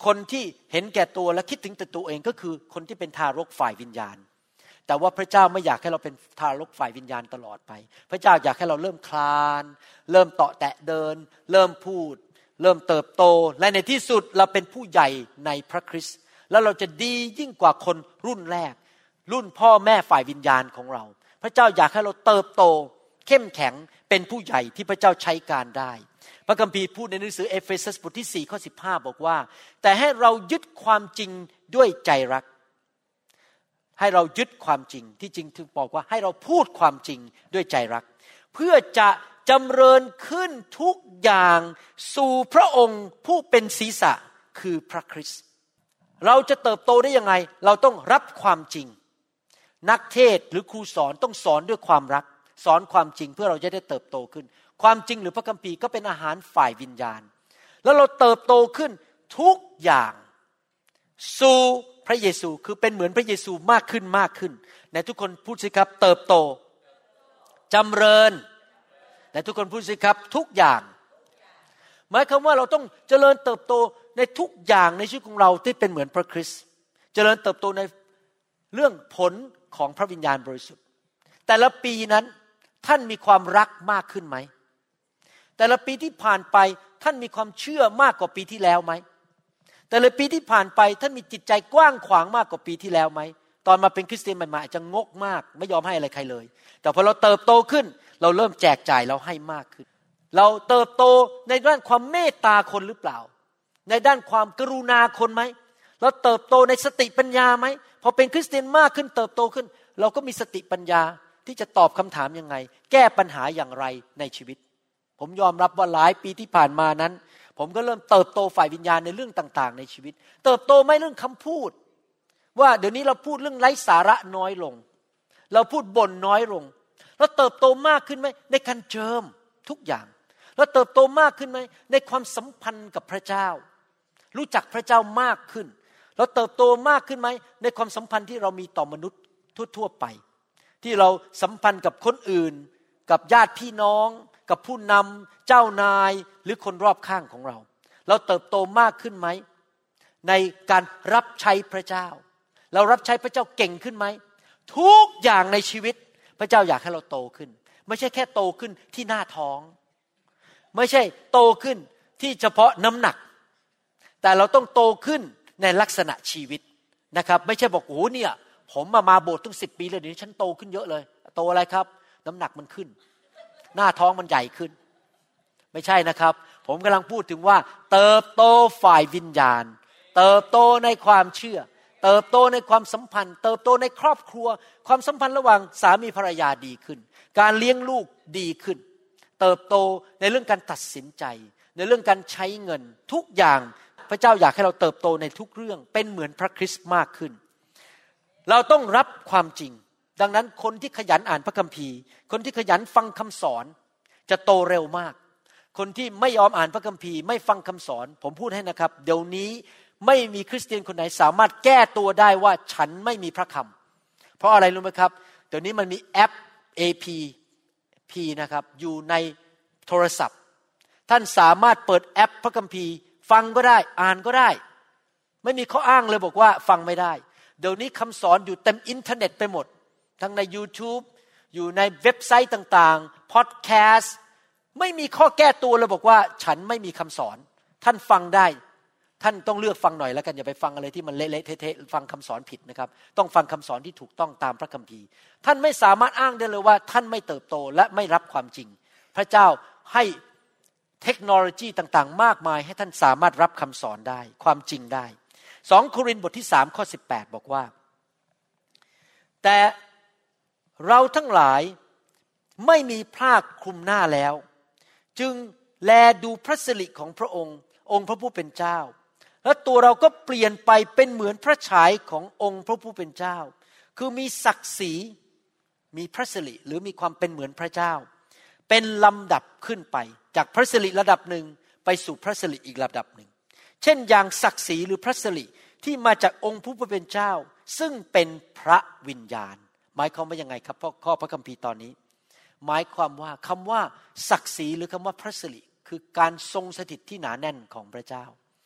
คนที่เห็นแก่ตัวและคิดถึงแต่ตัวเองก็คือคนที่เป็นทารกฝ่ายวิญญาณแต่ว่าพระเจ้าไม่อยากให้เราเป็นทารกฝ่ายวิญญาณตลอดไปพระเจ้าอยากให้เราเริ่มคลานเริ่มเตาะแตะเดินเริ่มพูดเริ่มเติบโตและในที่สุดเราเป็นผู้ใหญ่ในพระคริสต์แล้วเราจะดียิ่งกว่าคนรุ่นแรกรุ่นพ่อแม่ฝ่ายวิญญาณของเราพระเจ้าอยากให้เราเติบโตเข้มแข็งเป็นผู้ใหญ่ที่พระเจ้าใช้การได้พระคัมภีร์พูดในหนังสือเอเฟซัสบทที่สี่ข้อสิบห้าบอกว่าแต่ให้เรายึดความจริงด้วยใจรักให้เรายึดความจริงที่จริงถึงบอกว่าให้เราพูดความจริงด้วยใจรักเพื่อจะจำเริญขึ้นทุกอย่างสู่พระองค์ผู้เป็นศีรษะคือพระคริสต์เราจะเติบโตได้ยังไงเราต้องรับความจริงนักเทศหรือครูสอนต้องสอนด้วยความรักสอนความจริงเพื่อเราจะได้เติบโตขึ้นความจริงหรือพระคัมภีร์ก็เป็นอาหารฝ่ายวิญญาณแล้วเราเติบโตขึ้นทุกอย่างสู่พระเยซูคือเป็นเหมือนพระเยซูมากขึ้นมากขึ้นในทุกคนพูดสิครับเติบโตจำเริญในทุกคนพูดสิครับทุกอย่างหมายความว่าเราต้องเจริญเติบโตในทุกอย่างในชีวิตของเราที่เป็นเหมือนพระคริสต์เจริญเติบโตในเรื่องผลของพระวิญญาณบริสุทธิ์แต่ละปีนั้นท่านมีความรักมากขึ้นไหมแต่ละปีที่ผ่านไปท่านมีความเชื่อมากกว่าปีที่แล้วไหมแต่ละปีที่ผ่านไปท่านมีจิตใจกว้างขวางมากกว่าปีที่แล้วไหมตอนมาเป็นคริสเตียนใหม่ๆอาจจะงกมากไม่ยอมให้อะไรใครเลยแต่พอเราเติบโตขึ้นเราเริ่มแจกจ่ายเราให้มากขึ้นเราเติบโตในด้านความเมตตาคนหรือเปล่าในด้านความกรุณาคนไหมเราเติบโตในสติปัญญาไหมพอเป็นคริสเตียนมากขึ้นเติบโตขึ้นเราก็มีสติปัญญาที่จะตอบคำถามยังไงแก้ปัญหาอย่างไรในชีวิตผมยอมรับว่าหลายปีที่ผ่านมานั้นผมก็เริ่มเติบโตฝ่ายวิญญาณในเรื่องต่างๆในชีวิตเติบโตไม่เรื่องคำพูดว่าเดี๋ยวนี้เราพูดเรื่องไร้สาระน้อยลงเราพูดบ่นน้อยลงแล้วเติบโตมากขึ้นไหมในการเจิมทุกอย่างแล้วเติบโตมากขึ้นไหมในความสัมพันธ์กับพระเจ้ารู้จักพระเจ้ามากขึ้นแล้วเติบโตมากขึ้นไหมในความสัมพันธ์ที่เรามีต่อมนุษย์ทั่วๆไปที่เราสัมพันธ์กับคนอื่นกับญาติพี่น้องกับผู้นำเจ้านายหรือคนรอบข้างของเราเราเติบโตมากขึ้นไหมในการรับใช้พระเจ้าเรารับใช้พระเจ้าเก่งขึ้นไหมทุกอย่างในชีวิตพระเจ้าอยากให้เราโตขึ้นไม่ใช่แค่โตขึ้นที่หน้าท้องไม่ใช่โตขึ้นที่เฉพาะน้ำหนักแต่เราต้องโตขึ้นในลักษณะชีวิตนะครับไม่ใช่บอกโอ้เนี่ยผมมามาโบสถ์ตั้งสิบปีเลยเดี๋ยวนี้ฉันโตขึ้นเยอะเลยโตอะไรครับน้ำหนักมันขึ้นหน้าท้องมันใหญ่ขึ้นไม่ใช่นะครับผมกำลังพูดถึงว่าเติบโตฝ่ายวิญญาณเติบโตในความเชื่อเติบโตในความสัมพันธ์เติบโตในครอบครัวความสัมพันธ์ระหว่างสามีภรรยาดีขึ้นการเลี้ยงลูกดีขึ้นเติบโตในเรื่องการตัดสินใจในเรื่องการใช้เงินทุกอย่างพระเจ้าอยากให้เราเติบโตในทุกเรื่องเป็นเหมือนพระคริสต์มากขึ้นเราต้องรับความจริงดังนั้นคนที่ขยันอ่านพระคัมภีร์คนที่ขยันฟังคำสอนจะโตเร็วมากคนที่ไม่ยอมอ่านพระคัมภีร์ไม่ฟังคำสอนผมพูดให้นะครับเดี๋ยวนี้ไม่มีคริสเตียนคนไหนสามารถแก้ตัวได้ว่าฉันไม่มีพระคำเพราะอะไรรู้ไหมครับเดี๋ยวนี้มันมีแอป เอ พี พี นะครับอยู่ในโทรศัพท์ท่านสามารถเปิดแอปพระคัมภีร์ฟังก็ได้อ่านก็ได้ไม่มีข้ออ้างเลยบอกว่าฟังไม่ได้เดี๋ยวนี้คำสอนอยู่เต็มอินเทอร์เน็ตไปหมดทั้งใน YouTube อยู่ในเว็บไซต์ต่างๆพอดแคสต์ไม่มีข้อแก้ตัวเลยบอกว่าฉันไม่มีคำสอนท่านฟังได้ท่านต้องเลือกฟังหน่อยแล้วกันอย่าไปฟังอะไรที่มันเละๆเทะๆฟังคำสอนผิดนะครับต้องฟังคำสอนที่ถูกต้องตามพระคัมภีร์ท่านไม่สามารถอ้างได้เลยว่าท่านไม่เติบโตและไม่รับความจริงพระเจ้าให้เทคโนโลยีต่างๆมากมายให้ท่านสามารถรับคำสอนได้ความจริงได้สองโครินธ์บทที่สามข้อสิบแปดบอกว่าแต่เราทั้งหลายไม่มีผ้าคลุมหน้าแล้วจึงแลดูพระสิริของพระองค์องค์พระผู้เป็นเจ้าและตัวเราก็เปลี่ยนไปเป็นเหมือนพระฉายขององค์พระผู้เป็นเจ้าคือมีศักดิ์ศรีมีพระสิริหรือมีความเป็นเหมือนพระเจ้าเป็นลำดับขึ้นไปจากพระสิริระดับหนึ่งไปสู่พระสิริอีกระดับหนึ่งเช่นอย่างศักดิ์ศรีหรือพระสิริที่มาจากองค์พระผู้เป็นเจ้าซึ่งเป็นพระวิญญาณหมายความว่ายังไงครับข้อพระคัมภีร์ตอนนี้หมายความว่าคำว่าศักดิ์ศรีหรือคำว่าพระสิริคือการทรงสถิตที่หนาแน่นของพระเจ้า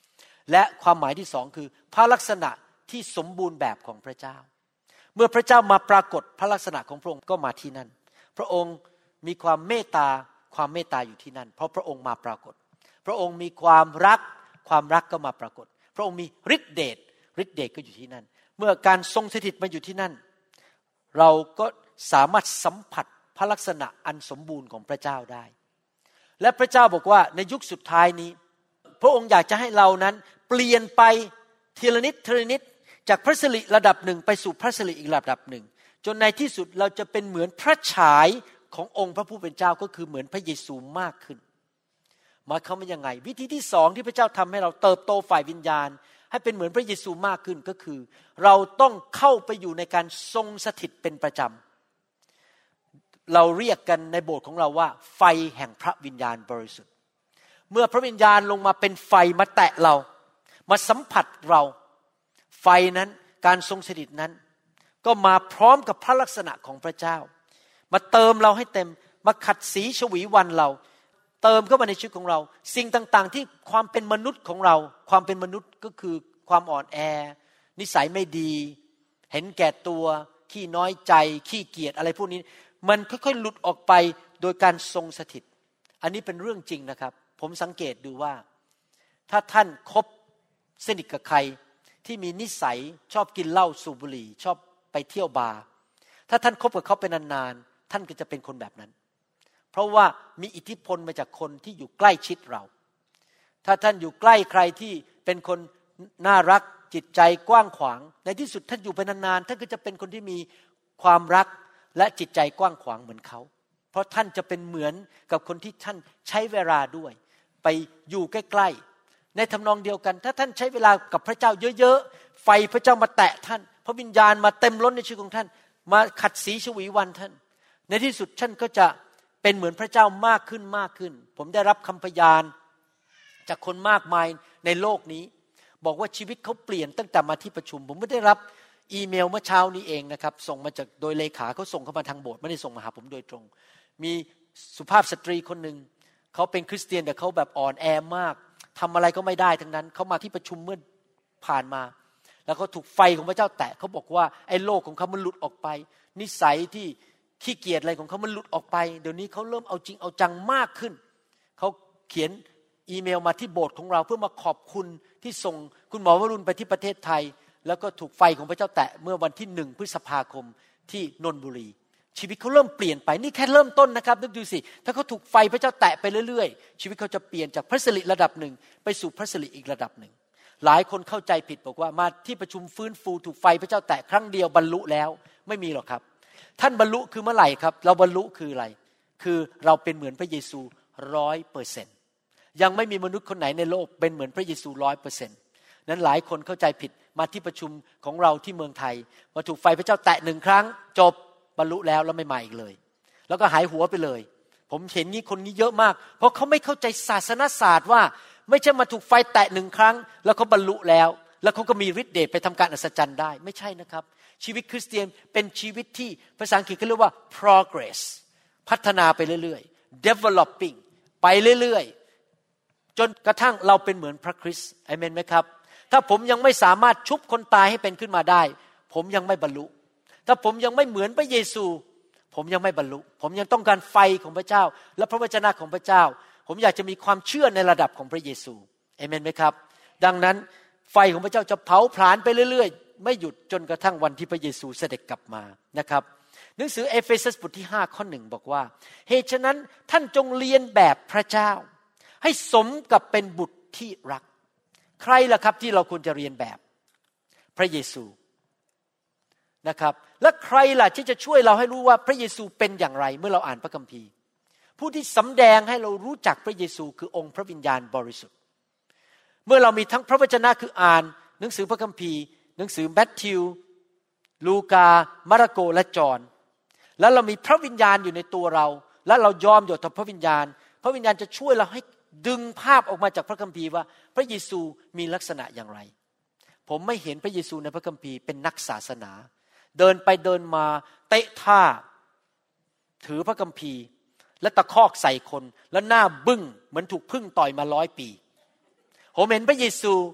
และความหมายที่สองคือพระลักษณะที่สมบูรณ์แบบของพระเจ้าเมื่อพระเจ้ามาปรากฏพระลักษณะของพระองค์ก็มาที่นั่นพระองค์มีความเมตตาความเมตตาอยู่ที่นั่นเพราะพระองค์มาปรากฏพระองค์มีความรักความรักก็มาปรากฏพระองค์มีฤทธิเดชฤทธิเดชก็อยู่ที่นั่นเมื่อการทรงสถิตมาอยู่ที่นั่นเราก็สามารถสัมผัสพระลักษณะอันสมบูรณ์ของพระเจ้าได้และพระเจ้าบอกว่าในยุคสุดท้ายนี้พระองค์อยากจะให้เรานั้นเปลี่ยนไปทีละนิดทีละนิดจากพระสิริระดับหนึ่งไปสู่พระสิริอีกระดับหนึ่งจนในที่สุดเราจะเป็นเหมือนพระฉายขององค์พระผู้เป็นเจ้าก็คือเหมือนพระเยซูมากขึ้นหมายความว่ายังไงวิธีที่สองที่พระเจ้าทำให้เราเติบโตฝ่ายวิญญาณให้เป็นเหมือนพระเยซูมากขึ้นก็คือเราต้องเข้าไปอยู่ในการทรงสถิตเป็นประจำเราเรียกกันในโบสถ์ของเราว่าไฟแห่งพระวิญญาณบริสุทธิ์เมื่อพระวิญญาณลงมาเป็นไฟมาแตะเรามาสัมผัสเราไฟนั้นการทรงสถิตนั้นก็มาพร้อมกับพระลักษณะของพระเจ้ามาเติมเราให้เต็มมาขัดสีฉวีวันเราเติมเข้ามาในชีวิตของเราสิ่งต่างๆที่ความเป็นมนุษย์ของเราความเป็นมนุษย์ก็คือความอ่อนแอนิสัยไม่ดีเห็นแก่ตัวขี้น้อยใจขี้เกียจอะไรพวกนี้มันค่อยๆหลุดออกไปโดยการทรงสถิตอันนี้เป็นเรื่องจริงนะครับผมสังเกตดูว่าถ้าท่านคบสนิทกับใครที่มีนิสัยชอบกินเหล้าสูบบุหรี่ชอบไปเที่ยวบาร์ถ้าท่านคบกับเขาเป็นนานๆท่านก็จะเป็นคนแบบนั้นเพราะว่ามีอิทธิพลมาจากคนที่อยู่ใกล้ชิดเราถ้าท่านอยู่ใกล้ใครที่เป็นคนน่ารักจิตใจกว้างขวางในที่สุดท่านอยู่ไปนานๆท่านก็จะเป็นคนที่มีความรักและจิตใจกว้างขวางเหมือนเขาเพราะท่านจะเป็นเหมือนกับคนที่ท่านใช้เวลาด้วยไปอยู่ใกล้ๆในทำนองเดียวกันถ้าท่านใช้เวลากับพระเจ้าเยอะๆไฟพระเจ้ามาแตะท่านพระวิญญาณมาเต็มล้นในชีวิตของท่านมาขัดสีฉวีวันท่านในที่สุดท่านก็จะเป็นเหมือนพระเจ้ามากขึ้นมากขึ้นผมได้รับคำพยานจากคนมากมายในโลกนี้บอกว่าชีวิตเขาเปลี่ยนตั้งแต่มาที่ประชุมผมไม่ได้รับอีเมลเมื่อเช้านี้เองนะครับส่งมาจากโดยเลขาเขาส่งเข้ามาทางโบสถ์ไม่ได้ส่งมาหาผมโดยตรงมีสุภาพสตรีคนหนึ่งเขาเป็นคริสเตียนแต่เขาแบบอ่อนแอมากทำอะไรก็ไม่ได้ทั้งนั้นเขามาที่ประชุมเมื่อผ่านมาแล้วเขาถูกไฟของพระเจ้าแตะเขาบอกว่าไอ้โลกของเขามันหลุดออกไปนิสัยที่ขี้เกียจอะไรของเขามันหลุดออกไปเดี๋ยวนี้เขาเริ่มเอาจริงเอาจังมากขึ้นเขาเขียนอีเมลมาที่โบสถ์ของเราเพื่อมาขอบคุณที่ส่งคุณหมอวรุณไปที่ประเทศไทยแล้วก็ถูกไฟของพระเจ้าแตะเมื่อวันที่หนึ่งพฤษภาคมที่นนทบุรีชีวิตเขาเริ่มเปลี่ยนไปนี่แค่เริ่มต้นนะครับนึกดูสิถ้าเขาถูกไฟพระเจ้าแตะไปเรื่อยๆชีวิตเขาจะเปลี่ยนจากพระสิริระดับหนึ่งไปสู่พระสิริอีกระดับหนึ่งหลายคนเข้าใจผิดบอกว่ามาที่ประชุมฟื้นฟูถูกไฟพระเจ้าแตะครั้งเดียวบรรลุแล้วไม่มีหรอกครับท่านบรรลุคือเมื่อไหร่ครับเราบรรลุคืออะไรคือเราเป็นเหมือนพระเยซู ร้อยเปอร์เซ็นต์ ยังไม่มีมนุษย์คนไหนในโลกเป็นเหมือนพระเยซู ร้อยเปอร์เซ็นต์ นั้นหลายคนเข้าใจผิดมาที่ประชุมของเราที่เมืองไทยมาถูกไฟพระเจ้าแตะหนึ่งครั้งจบบรรลุแล้วแล้วไม่มาอีกเลยแล้วก็หายหัวไปเลยผมเห็นงี้คนนี้เยอะมากเพราะเขาไม่เข้าใจศาสนศาสตร์ว่าไม่ใช่มาถูกไฟแตะหนึ่งครั้งแล้วเขาบรรลุแล้วแล้วเขาก็มีฤทธิ์เดชไปทำการอัศจรรย์ได้ไม่ใช่นะครับชีวิตคริสเตียนเป็นชีวิตที่ภาษาอังกฤษเขาเรียกว่า progress พัฒนาไปเรื่อยๆ developing ไปเรื่อยๆจนกระทั่งเราเป็นเหมือนพระคริสต์อาเมนไหมครับถ้าผมยังไม่สามารถชุบคนตายให้เป็นขึ้นมาได้ผมยังไม่บรรลุถ้าผมยังไม่เหมือนพระเยซูผมยังไม่บรรลุผมยังต้องการไฟของพระเจ้าและพระวจนะของพระเจ้าผมอยากจะมีความเชื่อในระดับของพระเยซูอาเมนไหมครับดังนั้นไฟของพระเจ้าจะเผาผลาญไปเรื่อยๆไม่หยุดจนกระทั่งวันที่พระเยซูเสด็จกลับมานะครับหนังสือเอเฟซัสบทที่ห้าข้อหนึ่งบอกว่าเหตุฉะนั้นท่านจงเรียนแบบพระเจ้าให้สมกับเป็นบุตรที่รักใครล่ะครับที่เราควรจะเรียนแบบพระเยซูนะครับและใครล่ะที่จะช่วยเราให้รู้ว่าพระเยซูเป็นอย่างไรเมื่อเราอ่านพระคัมภีร์ผู้ที่สำแดงให้เรารู้จักพระเยซูคือองค์พระวิญญาณบริสุทธิ์เมื่อเรามีทั้งพระวจนะคืออ่านหนังสือพระคัมภีร์หนังสือแมทธิวลูกามาระโกและจอห์นแล้วเรามีพระวิญญาณอยู่ในตัวเราและเรายอมอยู่ต่อพระวิญญาณพระวิญญาณจะช่วยเราให้ดึงภาพออกมาจากพระคัมภีร์ว่าพระเยซูมีลักษณะอย่างไรผมไม่เห็นพระเยซูในพระคัมภีร์เป็นนักศาสนาเดินไปเดินมาเตะท่าถือพระคัมภีร์และตะคอกใส่คนแล้วหน้าบึ้งเหมือนถูกพึ่งต่อยมาร้อยปีผมเห็นพระเยซู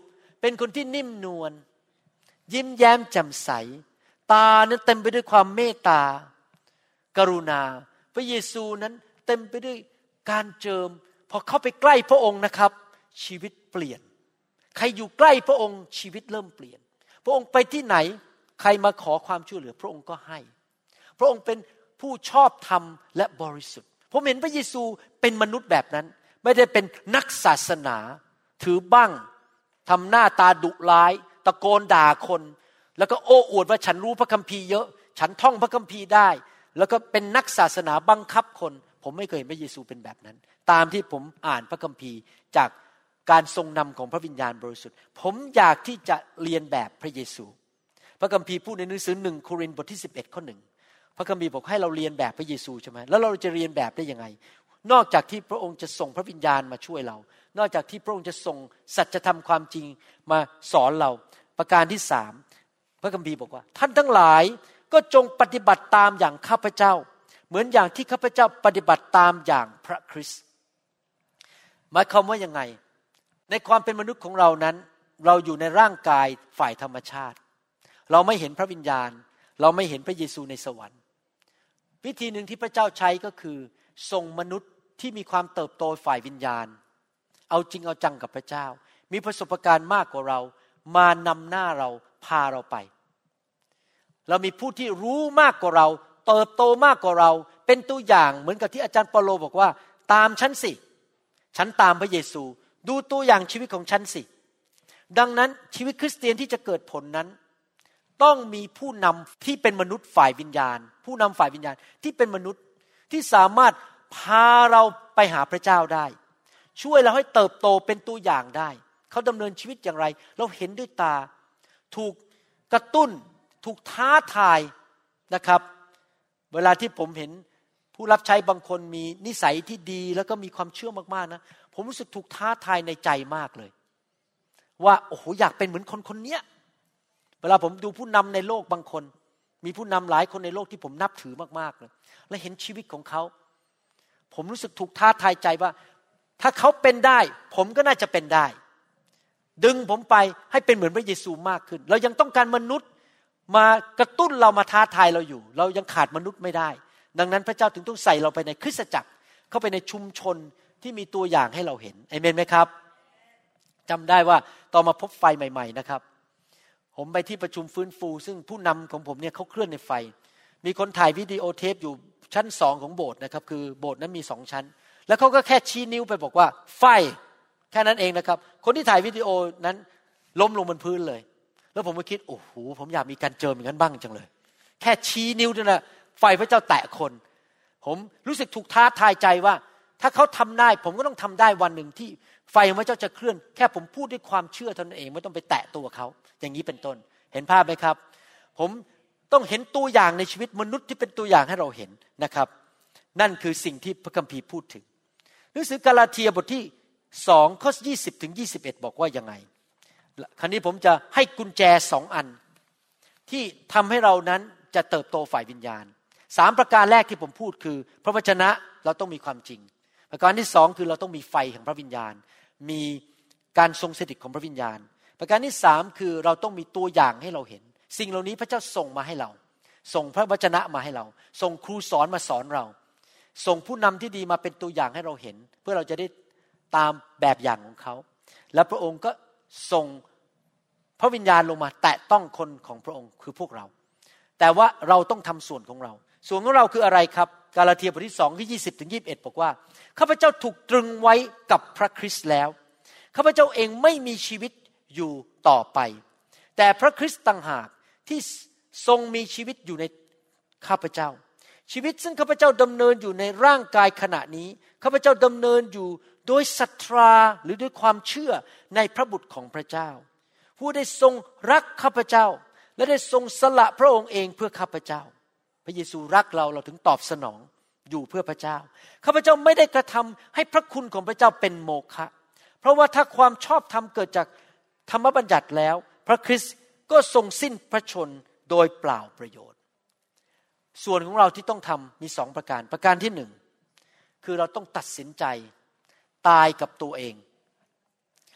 เป็นคนที่นิ่มนวลยิ้มแย้มแจ่มใสตานั้นเต็มไปด้วยความเมตตากรุณาพระเยซูนั้นเต็มไปด้วยการเจิมพอเข้าไปใกล้พระองค์นะครับชีวิตเปลี่ยนใครอยู่ใกล้พระองค์ชีวิตเริ่มเปลี่ยนพระองค์ไปที่ไหนใครมาขอความช่วยเหลือพระองค์ก็ให้พระองค์เป็นผู้ชอบธรรมและบริสุทธิ์ผมเห็นพระเยซูเป็นมนุษย์แบบนั้นไม่ได้เป็นนักศาสนาถือบั้งทำหน้าตาดุร้ายตะโกนด่าคนแล้วก็โอ้อวดว่าฉันรู้พระคัมภีร์เยอะฉันท่องพระคัมภีร์ได้แล้วก็เป็นนักศาสนาบังคับคนผมไม่เคยเห็นพระเยซูเป็นแบบนั้นตามที่ผมอ่านพระคัมภีร์จากการทรงนำของพระวิญญาณบริสุทธิ์ผมอยากที่จะเรียนแบบพระเยซูพระคัมภีร์พูดในหนังสือหนึ่งโครินธ์บทที่สิบเอ็ดข้อหนึ่งพระคัมภีร์บอกให้เราเรียนแบบพระเยซูใช่ไหมแล้วเราจะเรียนแบบได้ยังไงนอกจากที่พระองค์จะส่งพระวิญญาณมาช่วยเรานอกจากที่พระองค์จะส่งสัจธรรมความจริงมาสอนเราประการที่สามพระคัมภีร์บอกว่าท่านทั้งหลายก็จงปฏิบัติตามอย่างข้าพเจ้าเหมือนอย่างที่ข้าพเจ้าปฏิบัติตามอย่างพระคริสต์หมายความว่ายังไงในความเป็นมนุษย์ของเรานั้นเราอยู่ในร่างกายฝ่ายธรรมชาติเราไม่เห็นพระวิญญาณเราไม่เห็นพระเยซูในสวรรค์วิธีหนึ่งที่พระเจ้าใช้ก็คือส่งมนุษย์ที่มีความเติบโตฝ่ายวิญญาณเอาจริงเอาจังกับพระเจ้ามีประสบการณ์มากกว่าเรามานำหน้าเราพาเราไปเรามีผู้ที่รู้มากกว่าเราเติบโตมากกว่าเราเป็นตัวอย่างเหมือนกับที่อาจารย์เปาโลบอกว่าตามฉันสิฉันตามพระเยซูดูตัวอย่างชีวิตของฉันสิดังนั้นชีวิตคริสเตียนที่จะเกิดผลนั้นต้องมีผู้นำที่เป็นมนุษย์ฝ่ายวิญญาณผู้นำฝ่ายวิญญาณที่เป็นมนุษย์ที่สามารถพาเราไปหาพระเจ้าได้ช่วยเราให้เติบโตเป็นตัวอย่างได้เขาดำเนินชีวิตอย่างไรเราเห็นด้วยตาถูกกระตุ้นถูกท้าทายนะครับเวลาที่ผมเห็นผู้รับใช้บางคนมีนิสัยที่ดีแล้วก็มีความเชื่อมากๆนะผมรู้สึกถูกท้าทายในใจมากเลยว่าโอ้โหอยากเป็นเหมือนคนคนนี้เวลาผมดูผู้นำในโลกบางคนมีผู้นำหลายคนในโลกที่ผมนับถือมากๆเลยและเห็นชีวิตของเขาผมรู้สึกถูกท้าทายใจว่าถ้าเขาเป็นได้ผมก็น่าจะเป็นได้ดึงผมไปให้เป็นเหมือนพระเยซูมากขึ้นเรายังต้องการมนุษย์มากระตุ้นเรามาท้าทายเราอยู่เรายังขาดมนุษย์ไม่ได้ดังนั้นพระเจ้าถึงต้องใส่เราไปในคริสตจักรเข้าไปในชุมชนที่มีตัวอย่างให้เราเห็นอาเมนไหมครับจำได้ว่าตอนมาพบไฟใหม่ๆนะครับผมไปที่ประชุมฟื้นฟูซึ่งผู้นำของผมเนี่ยเขาเคลื่อนในไฟมีคนถ่ายวิดีโอเทปอยู่ชั้นสองของโบสถ์นะครับคือโบสถ์นั้นมีสองชั้นแล้วเขาก็แค่ชี้นิ้วไปบอกว่าไฟแค่นั้นเองนะครับคนที่ถ่ายวิดีโอนั้นล้มลงบนพื้นเลยแล้วผมก็คิดโอ้โหผมอยากมีการเจิมอย่างนั้นบ้างจังเลยแค่ชี้นิ้วนี่นะไฟพระเจ้าแตะคนผมรู้สึกถูกท้าทายใจว่าถ้าเขาทำได้ผมก็ต้องทำได้วันหนึ่งที่ไฟของพระเจ้าจะเคลื่อนแค่ผมพูดด้วยความเชื่อเท่านั้นเองไม่ต้องไปแตะตัวเขาอย่างนี้เป็นต้นเห็นภาพไหมครับผมต้องเห็นตัวอย่างในชีวิตมนุษย์ที่เป็นตัวอย่างให้เราเห็นนะครับนั่นคือสิ่งที่พระคัมภีร์พูดถึงหนังสือกาลาเทียบทที่สองข้อยี่สิบถึงยี่สิบเอ็ดบอกว่ายังไงคราวนี้ผมจะให้กุญแจสองอันที่ทำให้เรานั้นจะเติบโตฝ่ายวิญญาณสามประการแรกที่ผมพูดคือพระวจนะเราต้องมีความจริงประการที่สองคือเราต้องมีไฟแห่งพระวิญญาณมีการทรงสถิตของพระวิญญาณประการที่สามคือเราต้องมีตัวอย่างให้เราเห็นสิ่งเหล่านี้พระเจ้าส่งมาให้เราส่งพระวจนะมาให้เราส่งครูสอนมาสอนเราส่งผู้นำที่ดีมาเป็นตัวอย่างให้เราเห็นเพื่อเราจะได้ตามแบบอย่างของเขาและพระองค์ก็ส่งพระวิญญาณลงมาแตะต้องคนของพระองค์คือพวกเราแต่ว่าเราต้องทำส่วนของเราส่วนของเราคืออะไรครับกาลาเทียบทที่สองที่ยี่สิบถึงยี่สิบเอ็ดบอกว่าข้าพเจ้าถูกตรึงไว้กับพระคริสต์แล้วข้าพเจ้าเองไม่มีชีวิตอยู่ต่อไปแต่พระคริสต์ต่างหากที่ทรงมีชีวิตอยู่ในข้าพเจ้าชีวิตซึ่งข้าพเจ้าดำเนินอยู่ในร่างกายขณะนี้ข้าพเจ้าดำเนินอยู่โดยศรัทธาหรือด้วยความเชื่อในพระบุตรของพระเจ้าผู้ได้ทรงรักข้าพเจ้าและได้ทรงสละพระองค์เองเพื่อข้าพเจ้าพระเยซูรักเราเราถึงตอบสนองอยู่เพื่อพระเจ้าข้าพเจ้าไม่ได้กระทำให้พระคุณของพระเจ้าเป็นโมฆะเพราะว่าถ้าความชอบธรรมเกิดจากธรรมบัญญัติแล้วพระคริสต์ก็ทรงสิ้นพระชนโดยเปล่าประโยชน์ส่วนของเราที่ต้องทำมีสองประการประการที่หนึ่งคือเราต้องตัดสินใจตายกับตัวเอง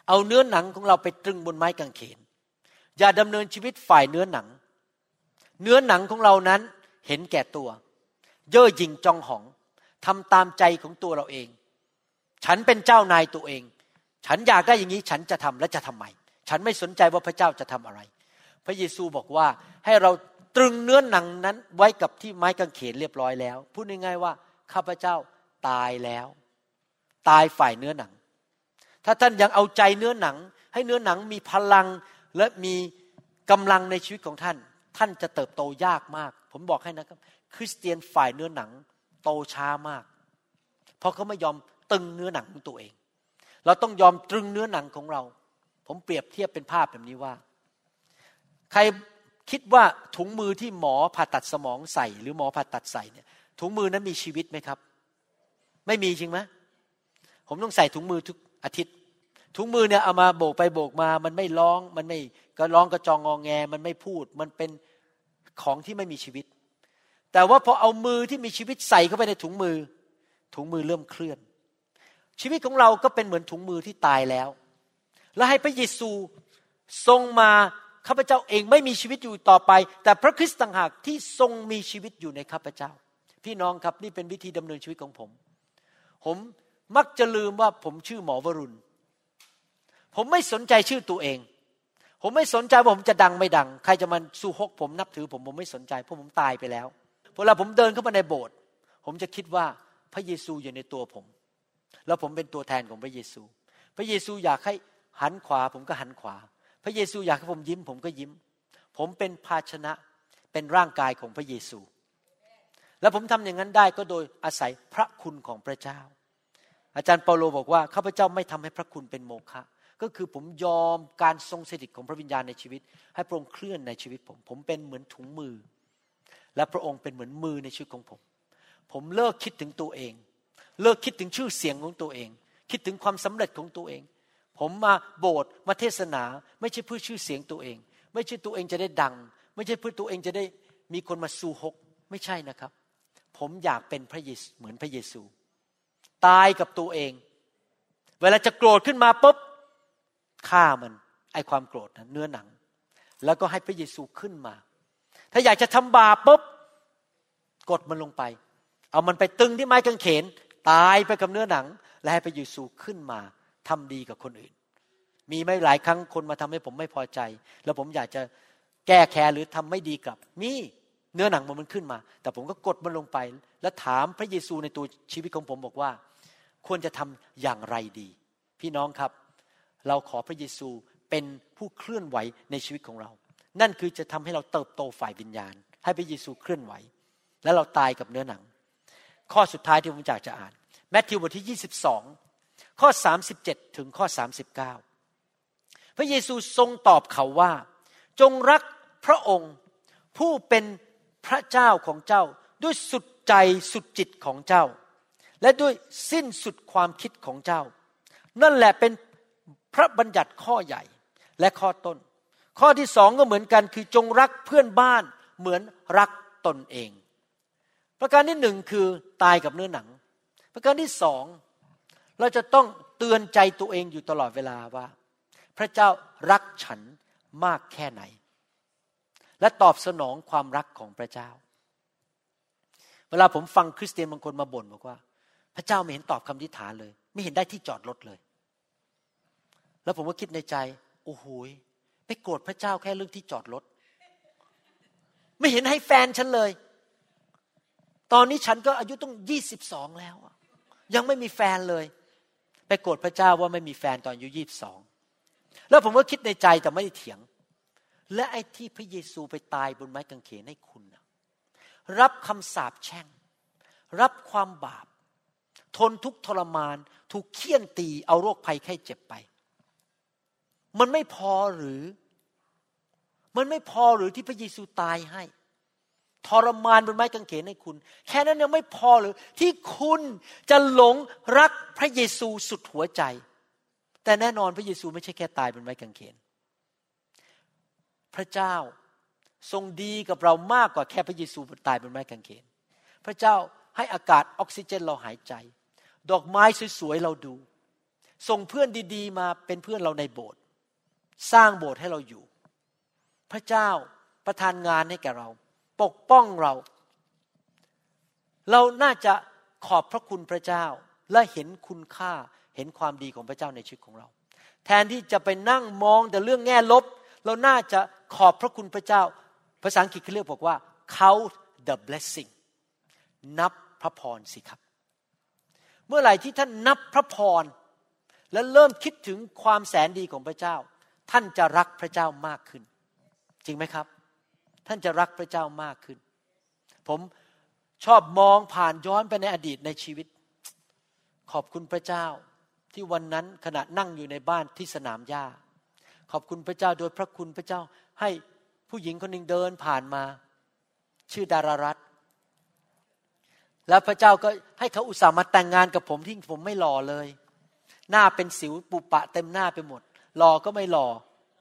เอาเนื้อหนังของเราไปตรึงบนไม้กางเขนอย่าดำเนินชีวิตฝ่ายเนื้อหนังเนื้อหนังของเรานั้นเห็นแก่ตัวเย่อหยิ่งจองหองทำตามใจของตัวเราเองฉันเป็นเจ้านายตัวเองฉันอยากได้อย่างนี้ฉันจะทำและจะทำไมฉันไม่สนใจว่าพระเจ้าจะทำอะไรพระเยซูบอกว่าให้เราตรึงเนื้อหนังนั้นไว้กับที่ไม้กางเขนเรียบร้อยแล้วพูดง่ายๆว่าข้าพเจ้าตายแล้วตายฝ่ายเนื้อหนังถ้าท่านยังเอาใจเนื้อหนังให้เนื้อหนังมีพลังและมีกำลังในชีวิตของท่านท่านจะเติบโตยากมากผมบอกให้นะครับคริสเตียนฝ่ายเนื้อหนังโตช้ามากเพราะเขาไม่ยอมตึงเนื้อหนังของตัวเองเราต้องยอมตรึงเนื้อหนังของเราผมเปรียบเทียบเป็นภาพแบบนี้ว่าใครคิดว่าถุงมือที่หมอผ่าตัดสมองใส่หรือหมอผ่าตัดใส่เนี่ยถุงมือนั้นมีชีวิตไหมครับไม่มีจริงไหมผมต้องใส่ถุงมือทุกอาทิตย์ถุงมือเนี่ยเอามาโบกไปโบกมามันไม่ร้องมันไม่ก็ร้องกระจองงอแงมันไม่พูดมันเป็นของที่ไม่มีชีวิตแต่ว่าพอเอามือที่มีชีวิตใส่เข้าไปในถุงมือถุงมือเริ่มเคลื่อนชีวิตของเราก็เป็นเหมือนถุงมือที่ตายแล้วแล้วให้พระเยซูทรงมาข้าพเจ้าเองไม่มีชีวิตอยู่ต่อไปแต่พระคริสต์ต่างหากที่ทรงมีชีวิตอยู่ในข้าพเจ้าพี่น้องครับนี่เป็นวิธีดำเนินชีวิตของผมผมมักจะลืมว่าผมชื่อหมอวรุณผมไม่สนใจชื่อตัวเองผมไม่สนใจว่าผมจะดังไม่ดังใครจะมาสู้ฮกผมนับถือผมผมไม่สนใจเพราะผมตายไปแล้วเวลาผมเดินเข้ามาในโบสถ์ผมจะคิดว่าพระเยซูอยู่ในตัวผมแล้วผมเป็นตัวแทนของพระเยซูพระเยซูอยากให้หันขวาผมก็หันขวาพระเยซูอยากให้ผมยิ้มผมก็ยิ้มผมเป็นภาชนะเป็นร่างกายของพระเยซูแล้วผมทำอย่างนั้นได้ก็โดยอาศัยพระคุณของพระเจ้าอาจารย์เปาโลบอกว่าข้าพเจ้าไม่ทำให้พระคุณเป็นโมฆะก็คือผมยอมการทรงสถิตของพระวิญญาณในชีวิตให้พระองค์เคลื่อนในชีวิตผมผมเป็นเหมือนถุงมือและพระองค์เป็นเหมือนมือในชีวิตของผมผมเลิกคิดถึงตัวเองเลิกคิดถึงชื่อเสียงของตัวเองคิดถึงความสำเร็จของตัวเองผมมาโบสถ์มาเทศนาไม่ใช่เพื่อชื่อเสียงตัวเองไม่ใช่ตัวเองจะได้ดังไม่ใช่เพื่อตัวเองจะได้มีคนมาซูฮกไม่ใช่นะครับผมอยากเป็นพระเยซูเหมือนพระเยซูตายกับตัวเองเวลาจะโกรธขึ้นมาปุ๊บฆ่ามันไอ้ความโกรธนะเนื้อหนังแล้วก็ให้พระเยซูขึ้นมาถ้าอยากจะทำบาปปุ๊บกดมันลงไปเอามันไปตึงที่ไม้กางเขนตายไปกับเนื้อหนังและให้พระเยซูขึ้นมาทำดีกับคนอื่นมีไม่หลายครั้งคนมาทำให้ผมไม่พอใจแล้วผมอยากจะแก้แค้นหรือทำไม่ดีกลับมีเนื้อหนังมันขึ้นมาแต่ผมก็กดมันลงไปแล้วถามพระเยซูในตัวชีวิตของผมบอกว่าควรจะทำอย่างไรดีพี่น้องครับเราขอพระเยซูเป็นผู้เคลื่อนไหวในชีวิตของเรานั่นคือจะทำให้เราเติบโตฝ่ายวิญญาณให้พระเยซูเคลื่อนไหวแล้วเราตายกับเนื้อหนังข้อสุดท้ายที่ผมอยากจะอ่านแมทธิวบทที่ยี่สิบสองข้อสามสิบเจ็ดถึงข้อสามสิบเก้าพระเยซูทรงตอบเขาว่าจงรักพระองค์ผู้เป็นพระเจ้าของเจ้าด้วยสุดใจสุดจิตของเจ้าและด้วยสิ้นสุดความคิดของเจ้านั่นแหละเป็นพระบัญญัติข้อใหญ่และข้อต้นข้อที่สองก็เหมือนกันคือจงรักเพื่อนบ้านเหมือนรักตนเองประการที่หนึ่งคือตายกับเนื้อหนังประการที่สองเราจะต้องเตือนใจตัวเองอยู่ตลอดเวลาว่าพระเจ้ารักฉันมากแค่ไหนและตอบสนองความรักของพระเจ้าเวลาผมฟังคริสเตียนบางคนมาบ่นบอกว่าพระเจ้าไม่เห็นตอบคำอธิษฐานเลยไม่เห็นได้ที่จอดรถเลยแล้วผมก็คิดในใจโอ้โหไปโกรธพระเจ้าแค่เรื่องที่จอดรถไม่เห็นให้แฟนฉันเลยตอนนี้ฉันก็อายุต้องยี่สิบสองแล้วยังไม่มีแฟนเลยไปโกรธพระเจ้าว่าไม่มีแฟนตอนอายุยี่สิบสองแล้วผมก็คิดในใจแต่ไม่ได้เถียงและไอ้ที่พระเยซูไปตายบนไม้กางเขนให้คุณรับคำสาปแช่งรับความบาปทนทุกข์ทรมานถูกเฆี่ยนตีเอาโรคภัยไข้เจ็บไปมันไม่พอหรือมันไม่พอหรือที่พระเยซูตายให้ทรมานบนไม้กางเขนให้คุณแค่นั้นยังไม่พอหรือที่คุณจะหลงรักพระเยซูสุดหัวใจแต่แน่นอนพระเยซูไม่ใช่แค่ตายบนไม้กางเขนพระเจ้าทรงดีกับเรามากกว่าแค่พระเยซูตายบนไม้กางเขนพระเจ้าให้อากาศออกซิเจนเราหายใจดอกไม้สวยๆเราดูส่งเพื่อนดีๆมาเป็นเพื่อนเราในโบสถ์สร้างโบสถ์ให้เราอยู่พระเจ้าประทานงานให้แก่เราปกป้องเราเราน่าจะขอบพระคุณพระเจ้าและเห็นคุณค่าเห็นความดีของพระเจ้าในชีวิตของเราแทนที่จะไปนั่งมองแต่เรื่องแง่ลบเราน่าจะขอบพระคุณพระเจ้าภาษาอังกฤษเขาเรียกบอกว่า count the blessing นับพระพรสิครับเมื่อไหร่ที่ท่านนับพระพรและเริ่มคิดถึงความแสนดีของพระเจ้าท่านจะรักพระเจ้ามากขึ้นจริงไหมครับท่านจะรักพระเจ้ามากขึ้นผมชอบมองผ่านย้อนไปในอดีตในชีวิตขอบคุณพระเจ้าที่วันนั้นขณะนั่งอยู่ในบ้านที่สนามหญ้าขอบคุณพระเจ้าโดยพระคุณพระเจ้าให้ผู้หญิงคนหนึ่งเดินผ่านมาชื่อดารารัตน์แล้วพระเจ้าก็ให้เขาอุตส่าห์มาแต่งงานกับผมที่ผมไม่หล่อเลยหน้าเป็นสิวปุปะเต็มหน้าไปหมดหล่อก็ไม่หล่อ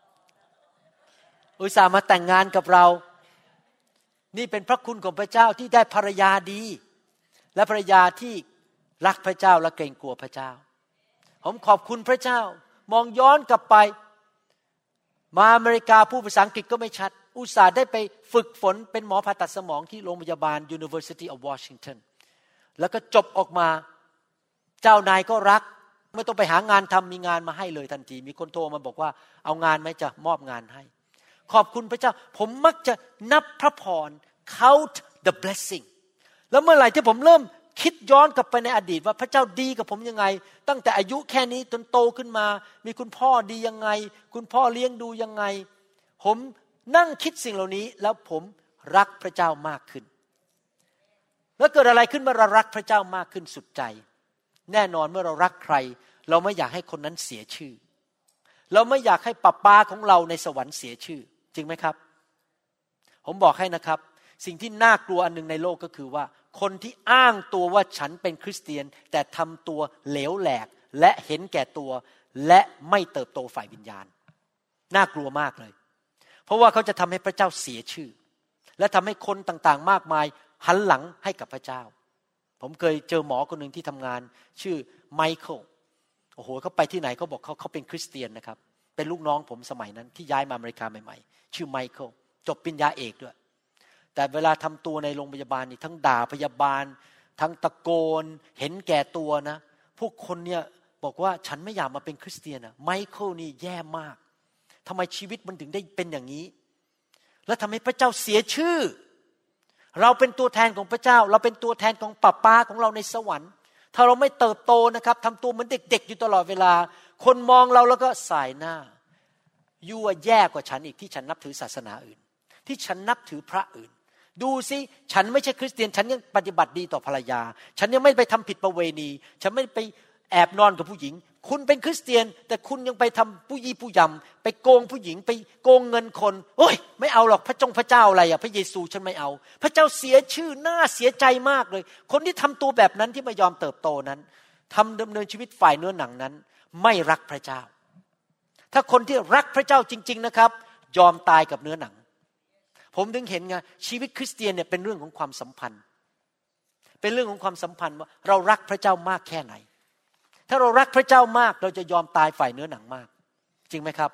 อุตส่าห์มาแต่งงานกับเรานี่เป็นพระคุณของพระเจ้าที่ได้ภรรยาดีและภรรยาที่รักพระเจ้าและเกรงกลัวพระเจ้าผมขอบคุณพระเจ้ามองย้อนกลับไปมาอเมริกาพูดภาษาอังกฤษก็ไม่ชัดอุตส่าห์ได้ไปฝึกฝนเป็นหมอผ่าตัดสมองที่โรงพยาบาล University of Washington แล้วก็จบออกมาเจ้านายก็รักไม่ต้องไปหางานทำมีงานมาให้เลยทันทีมีคนโทรมาบอกว่าเอางานไหมจะมอบงานให้ขอบคุณพระเจ้าผมมักจะนับพระพร count the blessing แล้วเมื่อไหร่ที่ผมเริ่มคิดย้อนกลับไปในอดีตว่าพระเจ้าดีกับผมยังไงตั้งแต่อายุแค่นี้จนโตขึ้นมามีคุณพ่อดียังไงคุณพ่อเลี้ยงดูยังไงผมนั่งคิดสิ่งเหล่านี้แล้วผมรักพระเจ้ามากขึ้นแล้วเกิดอะไรขึ้นเมื่อเรารักพระเจ้ามากขึ้นสุดใจแน่นอนเมื่อเรารักใครเราไม่อยากให้คนนั้นเสียชื่อเราไม่อยากให้ป้าป้าของเราในสวรรค์เสียชื่อจริงไหมครับผมบอกให้นะครับสิ่งที่น่ากลัวอันนึงในโลกก็คือว่าคนที่อ้างตัวว่าฉันเป็นคริสเตียนแต่ทำตัวเหลวแหลกและเห็นแก่ตัวและไม่เติบโตฝ่ายวิญญาณน่ากลัวมากเลยเพราะว่าเขาจะทำให้พระเจ้าเสียชื่อและทำให้คนต่างๆมากมายหันหลังให้กับพระเจ้าผมเคยเจอหมอคนหนึ่งที่ทำงานชื่อไมเคิลโอ้โหเขาไปที่ไหนเขาบอกเขาเขาเป็นคริสเตียนนะครับเป็นลูกน้องผมสมัยนั้นที่ย้ายมาอเมริกาใหม่ๆชื่อไมเคิลจบปริญญาเอกด้วยแต่เวลาทำตัวในโรงพยาบาลนี่ทั้งด่าพยาบาลทั้งตะโกนเห็นแก่ตัวนะพวกคนเนี่ยบอกว่าฉันไม่อยากมาเป็นคริสเตียนนะไมเคิลนี่แย่มากทำไมชีวิตมันถึงได้เป็นอย่างนี้และทำให้พระเจ้าเสียชื่อเราเป็นตัวแทนของพระเจ้าเราเป็นตัวแทนของป้าป้าของเราในสวรรค์ถ้าเราไม่เติบโตนะครับทำตัวเหมือนเด็กๆอยู่ตลอดเวลาคนมองเราแล้วก็สายหน้ายั่วแย่กว่าฉันอีกที่ฉันนับถือศาสนาอื่นที่ฉันนับถือพระอื่นดูสิฉันไม่ใช่คริสเตียนฉันยังปฏิบัติดีต่อภรรยาฉันยังไม่ไปทำผิดประเวณีฉันไม่ไปแอบนอนกับผู้หญิงคุณเป็นคริสเตียนแต่คุณยังไปทำผู้ยี่ผู้ยำไปโกงผู้หญิงไปโกงเงินคนโอ้ยไม่เอาหรอกพระจงพระเจ้าอะไรอ่ะพระเยซูฉันไม่เอาพระเจ้าเสียชื่อน่าเสียใจมากเลยคนที่ทำตัวแบบนั้นที่ไม่ยอมเติบโตนั้นทำดำเนินชีวิตฝ่ายเนื้อหนังนั้นไม่รักพระเจ้าถ้าคนที่รักพระเจ้าจริงๆนะครับยอมตายกับเนื้อหนังผมถึงเห็นไงชีวิตคริสเตียนเนี่ยเป็นเรื่องของความสัมพันธ์เป็นเรื่องของความสัมพันธ์ว่าเรารักพระเจ้ามากแค่ไหนถ้าเรารักพระเจ้ามากเราจะยอมตายฝ่ายเนื้อหนังมากจริงไหมครับ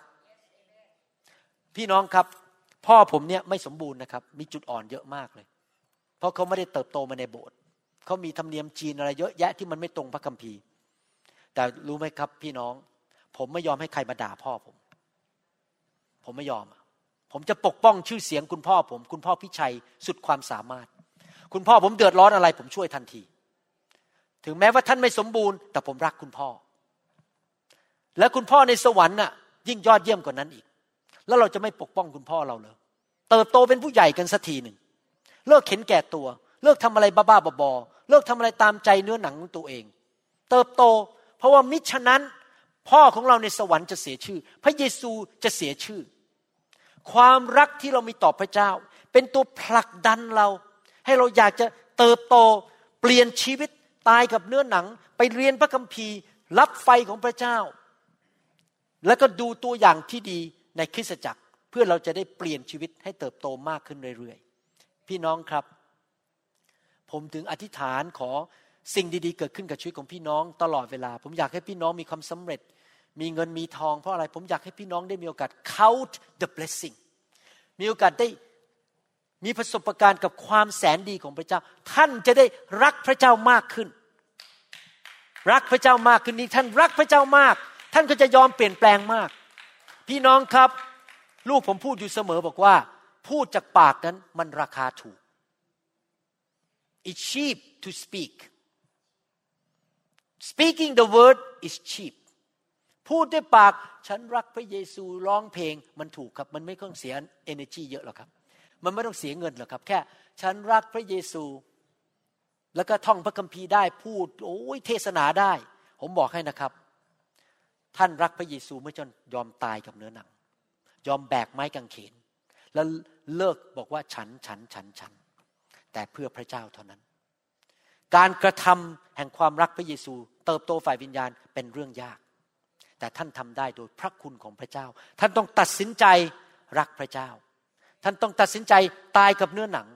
yes, พี่น้องครับพ่อผมเนี่ยไม่สมบูรณ์นะครับมีจุดอ่อนเยอะมากเลยเพราะเขาไม่ได้เติบโตมาในโบสถ์เขามีธรรมเนียมจีนอะไรเยอะแยะที่มันไม่ตรงพระคัมภีร์แต่รู้ไหมครับพี่น้องผมไม่ยอมให้ใครมาด่าพ่อผมผมไม่ยอมผมจะปกป้องชื่อเสียงคุณพ่อผมคุณพ่อพิชัยสุดความสามารถคุณพ่อผมเดือดร้อนอะไรผมช่วยทันทีถึงแม้ว่าท่านไม่สมบูรณ์แต่ผมรักคุณพ่อและคุณพ่อในสวรรค์น่ะยิ่งยอดเยี่ยมกว่านั้นอีกแล้วเราจะไม่ปกป้องคุณพ่อเราเลยเติบโตเป็นผู้ใหญ่กันสักทีหนึ่งเลิกเห็นแก่ตัวเลิกทำอะไรบ้าๆบอๆเลิกทำอะไรตามใจเนื้อหนังของตัวเองเติบโตเพราะว่ามิฉะนั้นพ่อของเราในสวรรค์จะเสียชื่อพระเยซูจะเสียชื่อความรักที่เรามีต่อพระเจ้าเป็นตัวผลักดันเราให้เราอยากจะเติบโตเปลี่ยนชีวิตตายกับเนื้อหนังไปเรียนพระคัมภีร์รับไฟของพระเจ้าแล้วก็ดูตัวอย่างที่ดีในคริสตจักรเพื่อเราจะได้เปลี่ยนชีวิตให้เติบโตมากขึ้นเรื่อยๆพี่น้องครับผมถึงอธิษฐานขอสิ่งดีๆเกิดขึ้นกับชีวิตของพี่น้องตลอดเวลาผมอยากให้พี่น้องมีความสำเร็จมีเงินมีทองเพราะอะไรผมอยากให้พี่น้องได้มีโอกาส count the blessing มีโอกาสได้มีประสบการณ์กับความแสนดีของพระเจ้าท่านจะได้รักพระเจ้ามากขึ้นรักพระเจ้ามากขึ้นนี้ท่านรักพระเจ้ามากท่านก็จะยอมเปลี่ยนแปลงมากพี่น้องครับลูกผมพูดอยู่เสมอบอกว่าพูดจากปากนั้นมันราคาถูก It's cheap to speak Speaking the word is cheap พูดด้วยปากฉันรักพระเยซูร้องเพลงมันถูกครับมันไม่ต้องเสีย energy เยอะหรอกครับมันไม่ต้องเสียเงินหรอกครับแค่ฉันรักพระเยซูแล้วก็ท่องพระคัมภีร์ได้พูดโอ้ยเทศนาได้ผมบอกให้นะครับท่านรักพระเยซูไม่จนยอมตายกับเนื้อหนังยอมแบกไม้กางเขนแล้วเลิกบอกว่าฉันฉันฉันฉันแต่เพื่อพระเจ้าเท่านั้นการกระทำแห่งความรักพระเยซูเติบโตฝ่ายวิญญาณเป็นเรื่องยากแต่ท่านทำได้โดยพระคุณของพระเจ้าท่านต้องตัดสินใจรักพระเจ้าท่านต้องตัดสินใจตายกับเนื้อหนัง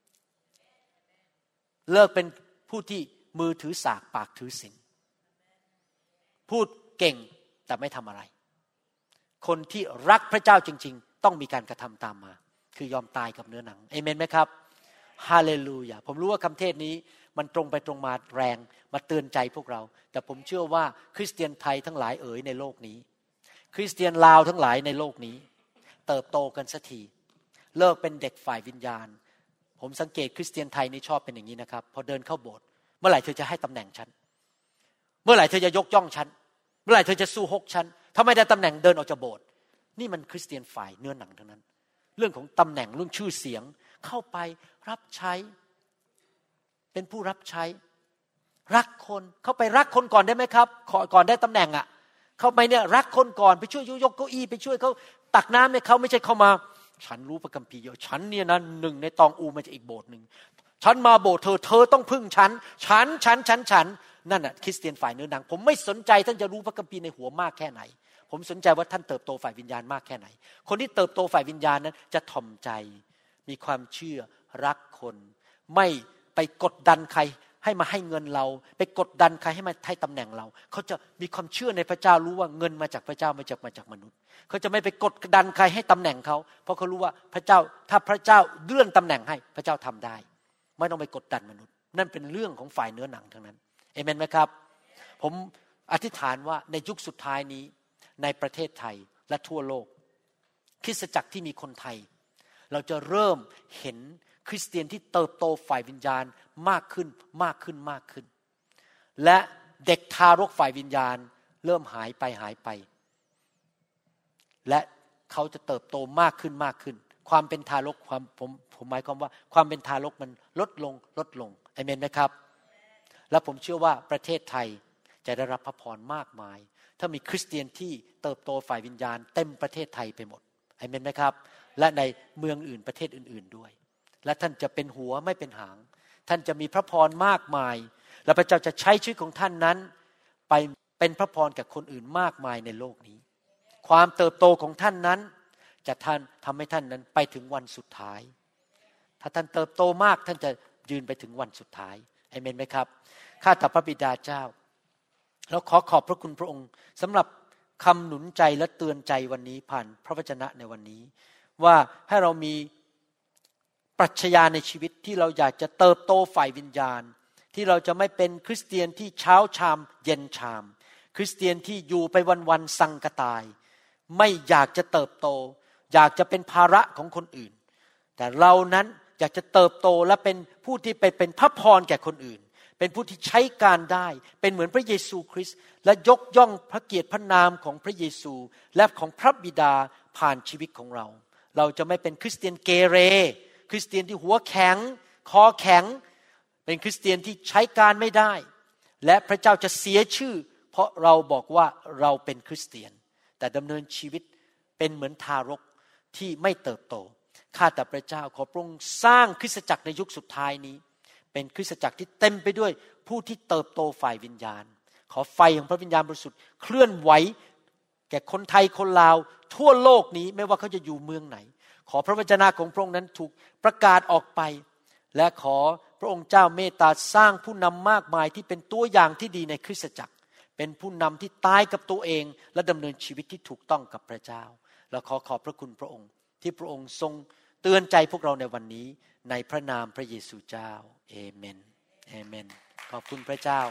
เลิกเป็นผู้ที่มือถือสากปากถือศีลพูดเก่งแต่ไม่ทำอะไรคนที่รักพระเจ้าจริงๆต้องมีการกระทำตามมาคือยอมตายกับเนื้อหนังเอเมนไหมครับฮาเลลูยาผมรู้ว่าคำเทศนี้มันตรงไปตรงมาแรงมาเตือนใจพวกเราแต่ผมเชื่อว่าคริสเตียนไทยทั้งหลายเอ๋ยในโลกนี้คริสเตียนลาวทั้งหลายในโลกนี้เติบโตกันสักทีเลิกเป็นเด็กฝ่ายวิญญาณผมสังเกตคริสเตียนไทยนี่ชอบเป็นอย่างนี้นะครับพอเดินเข้าโบสถ์เมื่อไหร่เธอจะให้ตำแหน่งฉันเมื่อไหร่เธอจะยกย่องฉันเมื่อไหร่เธอจะสู้ฮกฉันถ้าไม่ได้ตำแหน่งเดินออกจากโบสถ์นี่มันคริสเตียนฝ่ายเนื้อหนังทั้งนั้นเรื่องของตำแหน่งเรื่องชื่อเสียงเข้าไปรับใช้เป็นผู้รับใช้รักคนเข้าไปรักคนก่อนได้ไหมครับก่อนได้ตำแหน่งอ่ะเข้าไปเนี่ยรักคนก่อนไปช่วยยกเก้าอี้ไปช่วยเขาตักน้ำให้เขาไม่ใช่เข้ามาฉันรู้พระคัมภีร์เยอะฉันเนี่ยนะหนึ่งในตองอูมาจากอีกโบสถ์นึงฉันมาโบสถ์เธอเธอต้องพึ่งฉันฉันฉันฉันฉันนั่นน่ะคริสเตียนฝ่ายเนื้อหนังผมไม่สนใจท่านจะรู้พระคัมภีร์ในหัวมากแค่ไหนผมสนใจว่าท่านเติบโตฝ่ายวิญญาณมากแค่ไหนคนที่เติบโตฝ่ายวิญญาณนั้นจะถ่อมใจมีความเชื่อรักคนไม่ไปกดดันใครให้มาให้เงินเราไปกดดันใครให้มาให้ตำแหน่งเราเขาจะมีความเชื่อในพระเจ้ารู้ว่าเงินมาจากพระเจ้าไม่จากมาจากมนุษย์เขาจะไม่ไปกดดันใครให้ตำแหน่งเขาเพราะเขารู้ว่าพระเจ้าถ้าพระเจ้าเลื่อนตำแหน่งให้พระเจ้าทำได้ไม่ต้องไปกดดันมนุษย์นั่นเป็นเรื่องของฝ่ายเนื้อหนังทั้งนั้นเอเมนไหมครับผมอธิษฐานว่าในยุคสุดท้ายนี้ในประเทศไทยและทั่วโลกคริสตจักรที่มีคนไทยเราจะเริ่มเห็นคริสเตียนที่เติบโตฝ่ายวิญญาณมากขึ้นมากขึ้นมากขึ้นและเด็กทารกฝ่ายวิญญาณเริ่มหายไปหายไปและเขาจะเติบโตมากขึ้นมากขึ้นความเป็นทารกความผมผมหมายความว่าความเป็นทารกมันลดลงลดลงอาเมนไหมครับและผมเชื่อว่าประเทศไทยจะได้รับพระพรมากมายถ้ามีคริสเตียนที่เติบโตฝ่ายวิญญาณเต็มประเทศไทยไปหมดอาเมนไหมครับและในเมืองอื่นประเทศอื่นๆด้วยและท่านจะเป็นหัวไม่เป็นหางท่านจะมีพระพรมากมายและพระเจ้าจะใช้ชีวิตของท่านนั้นไปเป็นพระพรกับคนอื่นมากมายในโลกนี้ความเติบโตของท่านนั้นจะท่านทำให้ท่านนั้นไปถึงวันสุดท้ายถ้าท่านเติบโตมากท่านจะยืนไปถึงวันสุดท้ายอาเมนไหมครับข้าแต่พระบิดาเจ้าเราขอขอบพระคุณพระองค์สำหรับคำหนุนใจและเตือนใจวันนี้ผ่านพระวจนะในวันนี้ว่าให้เรามีปรัชญาในชีวิตที่เราอยากจะเติบโตฝ่ายวิญญาณที่เราจะไม่เป็นคริสเตียนที่เช้าชามเย็นชามคริสเตียนที่อยู่ไปวันๆสังกตายไม่อยากจะเติบโตอยากจะเป็นภาระของคนอื่นแต่เรานั้นอยากจะเติบโตและเป็นผู้ที่ไปเป็นพระพรแก่คนอื่นเป็นผู้ที่ใช้การได้เป็นเหมือนพระเยซูคริสต์และยกย่องพระเกียรติพระนามของพระเยซูและของพระบิดาผ่านชีวิตของเราเราจะไม่เป็นคริสเตียนเกเรคริสเตียนที่หัวแข็งคอแข็งเป็นคริสเตียนที่ใช้การไม่ได้และพระเจ้าจะเสียชื่อเพราะเราบอกว่าเราเป็นคริสเตียนแต่ดำเนินชีวิตเป็นเหมือนทารกที่ไม่เติบโตข้าแต่พระเจ้าขอพระองค์สร้างคริสตจักรในยุคสุดท้ายนี้เป็นคริสตจักรที่เต็มไปด้วยผู้ที่เติบโตฝ่ายวิญญาณขอไฟของพระวิญญาณบริสุทธิ์เคลื่อนไหวแก่คนไทยคนลาวทั่วโลกนี้ไม่ว่าเขาจะอยู่เมืองไหนขอพระวจนะของพระองค์นั้นถูกประกาศออกไปและขอพระองค์เจ้าเมตตาสร้างผู้นำมากมายที่เป็นตัวอย่างที่ดีในคริสตจักรเป็นผู้นำที่ตายกับตัวเองและดำเนินชีวิตที่ถูกต้องกับพระเจ้าเราขอขอบพระคุณพระองค์ที่พระองค์ทรงเตือนใจพวกเราในวันนี้ในพระนามพระเยซูเจ้าเอเมนเอเมนขอบคุณพระเจ้า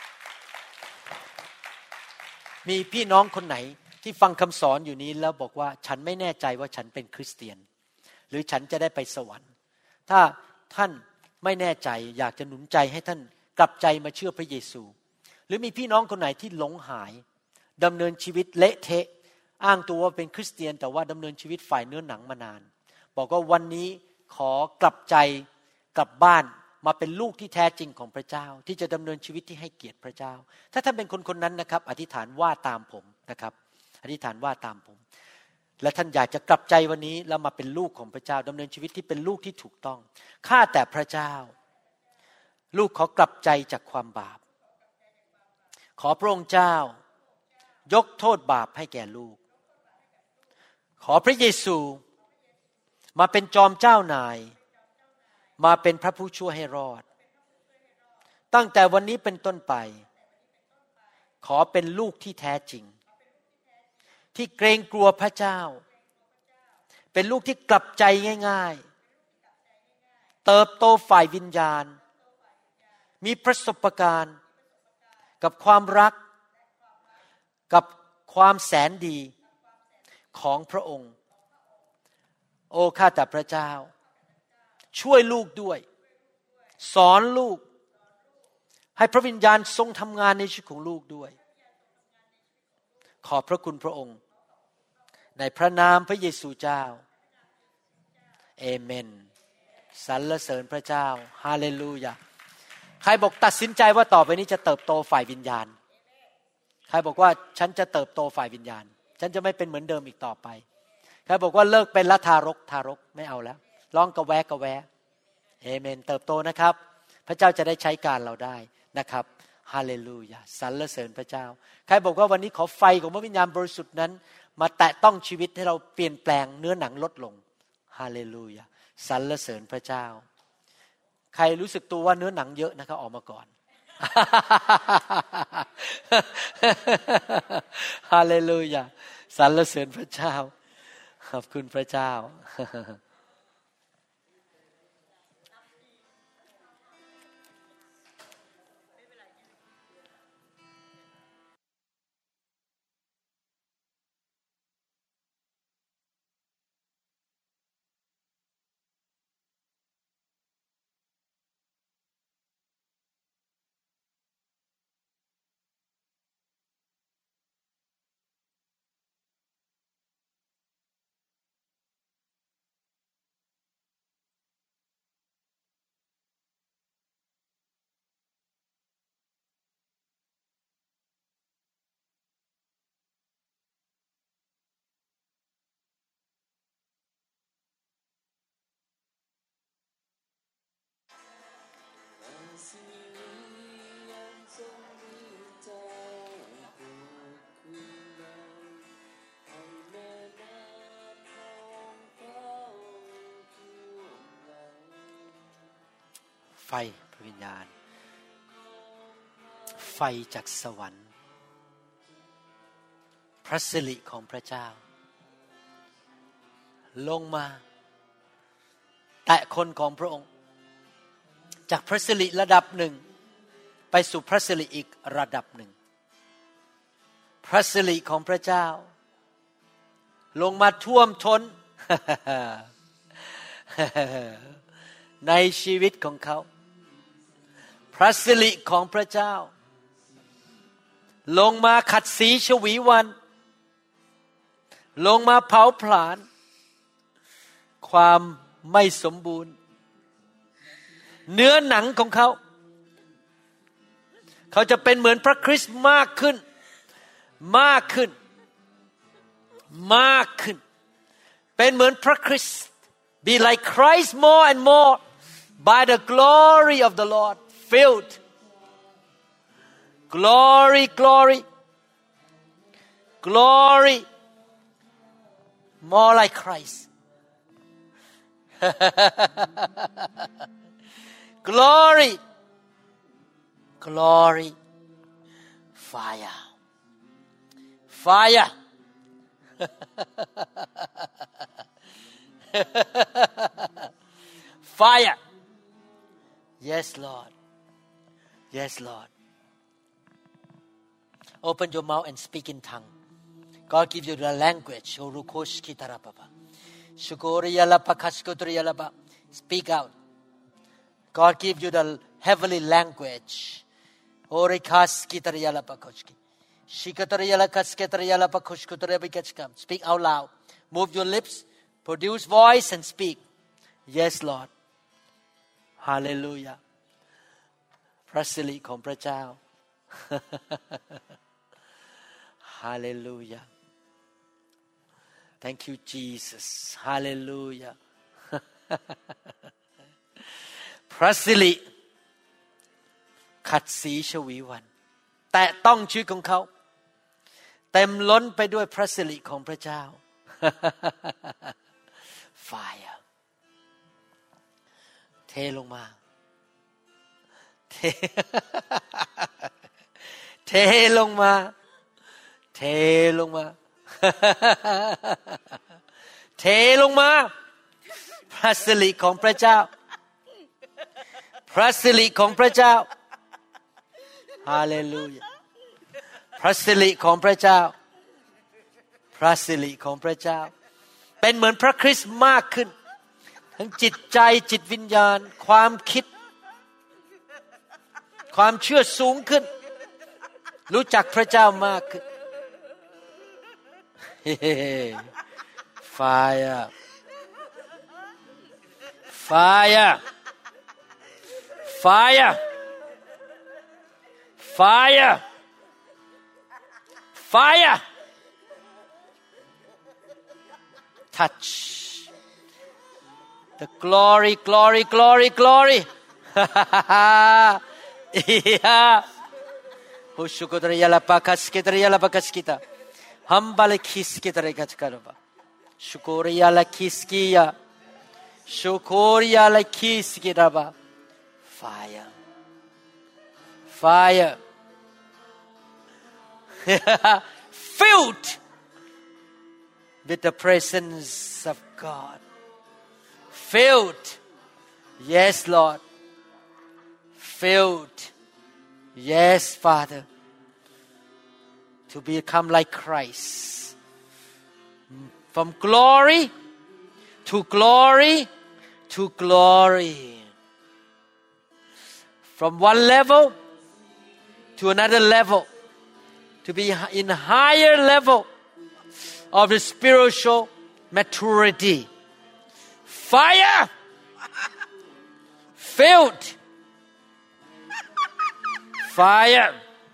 มีพี่น้องคนไหนที่ฟังคำสอนอยู่นี้แล้วบอกว่าฉันไม่แน่ใจว่าฉันเป็นคริสเตียนหรือฉันจะได้ไปสวรรค์ถ้าท่านไม่แน่ใจอยากจะหนุนใจให้ท่านกลับใจมาเชื่อพระเยซูหรือมีพี่น้องคนไหนที่หลงหายดำเนินชีวิตเละเทะอ้างตัวว่าเป็นคริสเตียนแต่ว่าดำเนินชีวิตฝ่ายเนื้อหนังมานานบอกว่าวันนี้ขอกลับใจกลับบ้านมาเป็นลูกที่แท้จริงของพระเจ้าที่จะดำเนินชีวิตที่ให้เกียรติพระเจ้าถ้าท่านเป็นคนคนนั้นนะครับอธิษฐานว่าตามผมนะครับอธิษฐานว่าตามผมและท่านอยากจะกลับใจวันนี้แล้วมาเป็นลูกของพระเจ้าดำเนินชีวิตที่เป็นลูกที่ถูกต้องข้าแต่พระเจ้าลูกขอกลับใจจากความบาปขอพระองค์เจ้ายกโทษบาปให้แก่ลูกขอพระเยซูมาเป็นจอมเจ้านายมาเป็นพระผู้ช่วยให้รอดตั้งแต่วันนี้เป็นต้นไปขอเป็นลูกที่แท้จริงที่เกรงกลัวพระเจ้าเป็นลูกที่กลับใจง่ายๆเติบโตฝ่ายวิญญาณมีประสบการณ์กับความรักกับความแสนดีของพระองค์โอ้ข้าแต่พระเจ้าช่วยลูกด้วยสอนลูกให้พระวิญญาณทรงทำงานในชีวิตของลูกด้วยขอบพระคุณพระองค์ในพระนามพระเยซูเจ้าเอเมนสรรเสริญพระเจ้าฮาเลลูยาใครบอกตัดสินใจว่าต่อไปนี้จะเติบโตฝ่ายวิญญาณใครบอกว่าฉันจะเติบโตฝ่ายวิญญาณฉันจะไม่เป็นเหมือนเดิมอีกต่อไปใครบอกว่าเลิกเป็นละทารกทารกไม่เอาแล้วร้องกระแวะกระแวะเอเมนเติบโตนะครับพระเจ้าจะได้ใช้การเราได้นะครับฮาเลลูยาสรรเสริญพระเจ้าใครบอกว่าวันนี้ขอไฟของพระวิญญาณบริสุทธิ์นั้นมาแตะต้องชีวิตให้เราเปลี่ยนแปลงเนื้อหนังลดลงฮาเลลูยาสรรเสริญพระเจ้าใครรู้สึกตัวว่าเนื้อหนังเยอะนะครับออกมาก่อนฮาเลลูยาสรรเสริญพระเจ้าขอบคุณพระเจ้าไฟพระวิญญาณไฟจากสวรรค์พระสิริของพระเจ้าลงมาแตะคนของพระองค์จากพระสิริระดับหนึ่งไปสู่พระสิริอีกระดับหนึ่งพระสิริของพระเจ้าลงมาท่วมท้น ในชีวิตของเขาพระสิริของพระเจ้าลงมาขัดสีชวีวันลงมาเผาผลาญความไม่สมบูรณ์เนื้อหนังของเขาเขาจะเป็นเหมือนพระคริสต์มากขึ้นมากขึ้นมากขึ้นเป็นเหมือนพระคริสต์ be like Christ more and more by the glory of the Lord filled glory glory glory more like Christ glory glory fire fire fire yes Lord yes Lord open your mouth and speak in tongue God give you the language orukosh kitarababa shukoriya pakashkotriya laba speak out God give you the heavenly language orikas kitriya lapakoshki shikatriya lakasktriya lapakoshkotriya bikachka speak out loud move your lips produce voice and speak yes Lord hallelujah พระสิริของพระเจ้า hallelujah thank you Jesus hallelujah พระสิริขัดสีชวีวันแตะต้องชีวิตของเขาเต็มล้นไปด้วยพระสิริของพระเจ้า fire เทลงมาเท เทลงมาเทลงมา เทลงมาพระสิริของพระเจ้าพระสิริของพระเจ้าฮาเลลูยาพระสิริของพระเจ้าพระสิริของพระเจ้าเป็นเหมือนพระคริสต์มากขึ้นทั้งจิตใจจิตวิญญาณความคิดความเชื่อสูงขึ้นรู้จักพระเจ้ามากขึ้น fire fire fire fire fire touch the glory glory glory glory yeah Hushukotriya la pakaskitariya la pakaskita hambale kiskitare kachkarova shukoriya la kiskiya shukoriya la kiskiraba fire fire filled with the presence of God filled yes Lord filled yes Father to become like Christ from glory to glory to glory from one level to another level to be in higher level of the spiritual maturity fire filled fire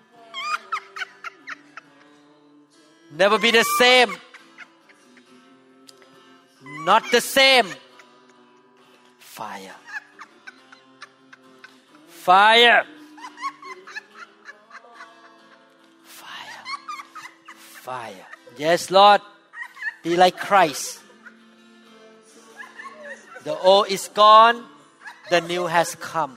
never be the same not the same fire fire fire fire yes Lord be like Christ the old is gone the new has come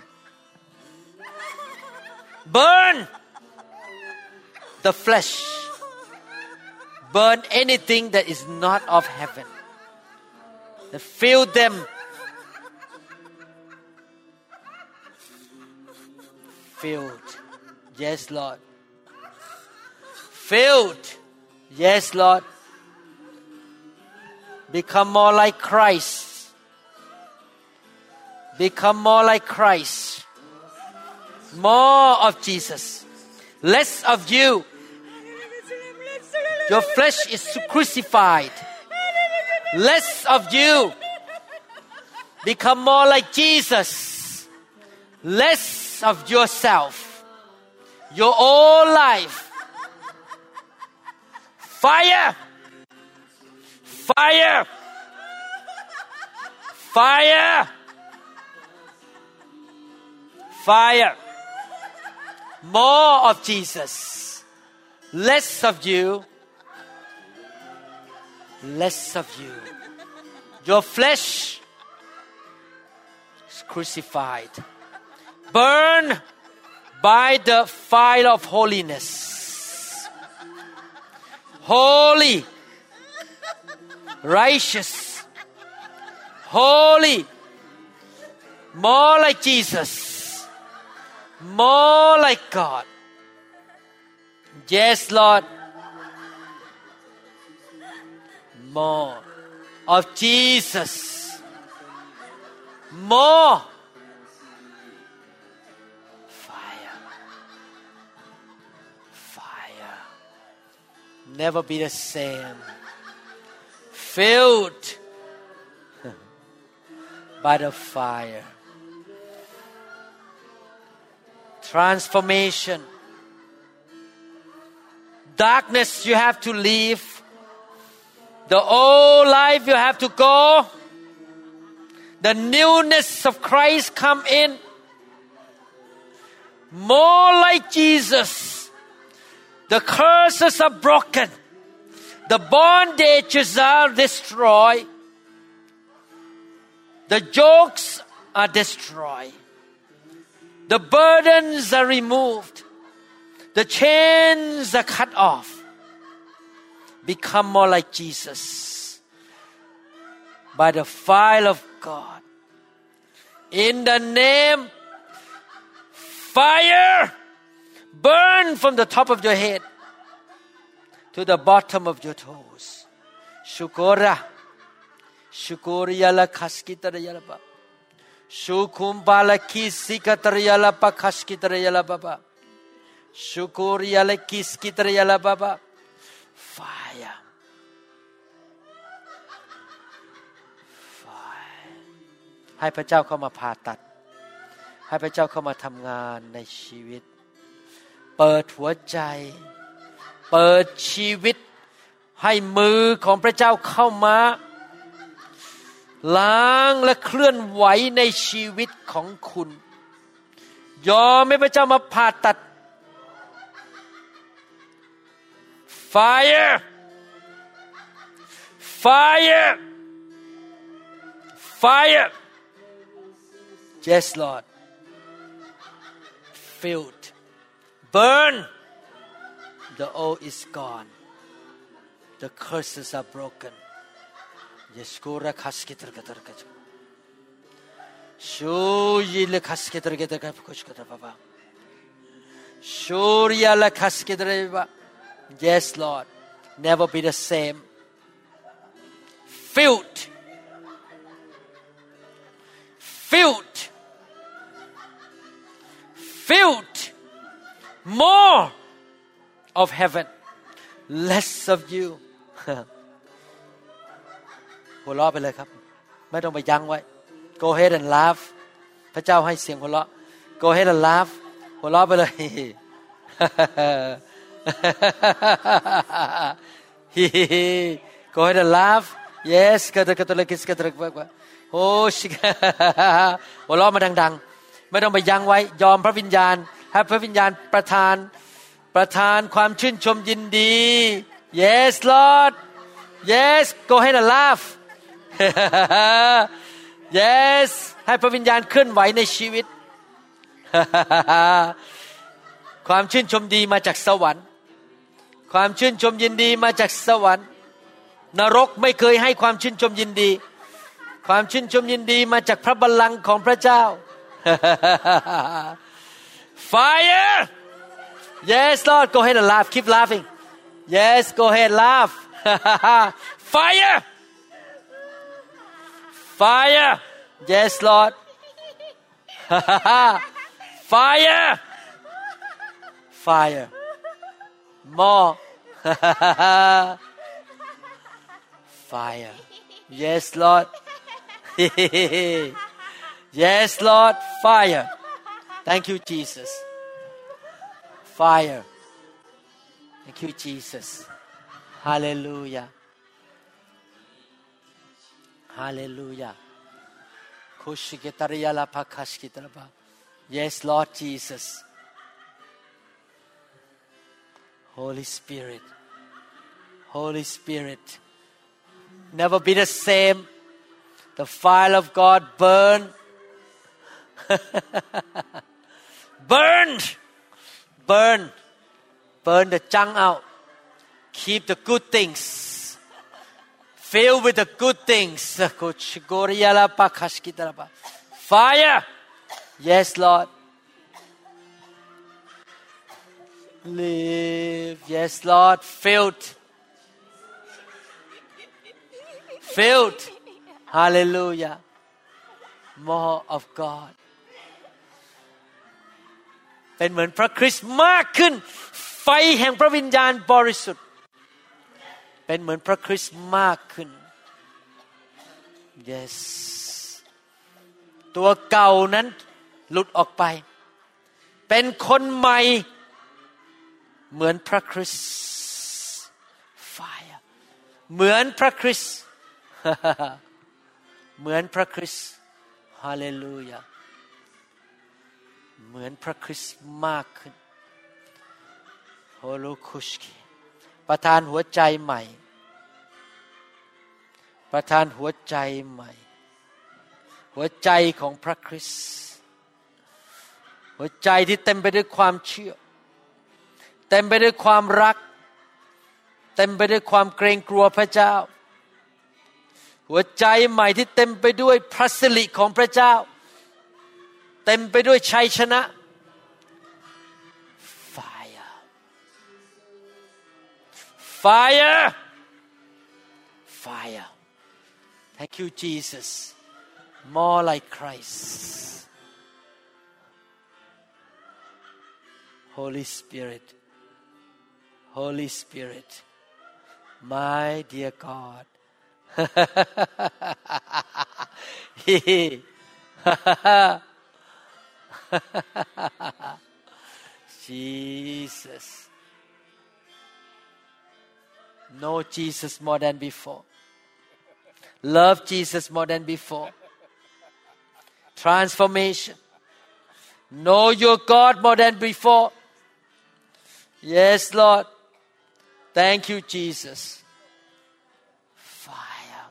burn the flesh burn anything that is not of heaven fill them filled yes Lord filled yes Lord become more like Christ become more like Christ more of Jesus less of you your flesh is crucified less of you become more like Jesus less of yourself your whole life fire fire fire fire more of Jesus less of you less of you your flesh is crucified burn by the fire of holiness. Holy, righteous, holy, more like Jesus, more like God. Yes, Lord, more of Jesus, more fire, fire. Never be the same. Filled by the fire. Transformation. Darkness you have to leave. The old life you have to go. The newness of Christ come in. More like Jesus. The curses are broken. The bondages are destroyed. The yokes are destroyed. The burdens are removed. The chains are cut off. Become more like Jesus by the fire of God. In the name, fire, burn from the top of your head to the bottom of your toes. Shukora, shukoriala kaskitarayala ba, shukumbala kisikatarayala pa kaskitarayala baba, shukoriala kiskitarayala baba. Fire, fire. ให้พระเจ้าเข้ามาผ่าตัดให้พระเจ้าเข้ามาทำงานในชีวิตเปิดหัวใจเปิดชีวิตให้มือของพระเจ้าเข้ามาล้างและเคลื่อนไหวในชีวิตของคุณยอมให้พระเจ้ามาผ่าตัด Fire! Fire! Fire! Yes, Lord. Filled. Burn. The old is gone. The curses are broken. Yeskura kaskitargatarga. Shuyile kaskitargatarga. Shuriya la kaskitarga. Yes, Lord. Never be the same. Filled. Filled. Filled. More of heaven. Less of you. หัวเราะไปเลยครับไม่ต้องไปยั้งไว้ Go ahead and laugh พระเจ้าให้เสียงหัวเราะ Go ahead and laugh หัวเราะไปเลย Go ahead and laugh. Yes ก็จะก็จะเลยคิดก็จะว่าโอ้ชิหัวเราะมาดังๆไม่ต้องไปยั้งไว้ยอมพระวิญญาณให้พระวิญญาณประทานประทานความชื่นชมยินดี Yes Lord Yes Go ahead and laugh Yes ให้พระวิญญาณเคลื่อนไหวในชีวิต ความชื่นชมดีมาจากสวรรค์ความชื่นชมยินดีมาจากสวรรค์นรกไม่เคยให้ความชื่นชมยินดีความชื่นชมยินดีมาจากพระบัลลังก์ของพระเจ้า Fire Yes Lord Go ahead and laugh Keep laughing Yes Go ahead laugh Fire Fire Yes Lord Fire Fire More Fire Yes Lord Yes Lord Fire Thank you Jesus Fire Thank you Jesus Hallelujah Hallelujah Kushiketariyala pakashkitaraba Yes Lord Jesus Holy Spirit Holy Spirit Never be the same The fire of God burn burn burn burn the junk out keep the good things fill with the good things fire yes Lord live yes Lord filled filled hallelujah more of God เป็นเหมือนพระคริสต์มากขึ้นไฟแห่งพระวิญญาณบริสุทธิ์เป็นเหมือนพระคริสต์มากขึ้น yes ตัวเก่านั้นหลุดออกไปเป็นคนใหม่เหมือนพระคริสต์ fire เหมือนพระคริสต์ เหมือนพระคริสต์ฮาเลลูยาเหมือนพระคริสต์มากขึ้นโฮโลคุชกีประทานหัวใจใหม่ประทานหัวใจใหม่หัวใจของพระคริสต์หัวใจที่เต็มไปด้วยความเชื่อเต็มไปด้วยความรักเต็มไปด้วยความเกรงกลัวพระเจ้าหัวใจใหม่ที่เต็มไปด้วยพระสิริของพระเจ้าเต็มไปด้วยชัยชนะ fire fire fire thank you Jesus more like Christ Holy Spirit Holy Spirit my dear God Jesus know Jesus more than before love Jesus more than before transformation know your God more than before yes Lord thank you Jesus fire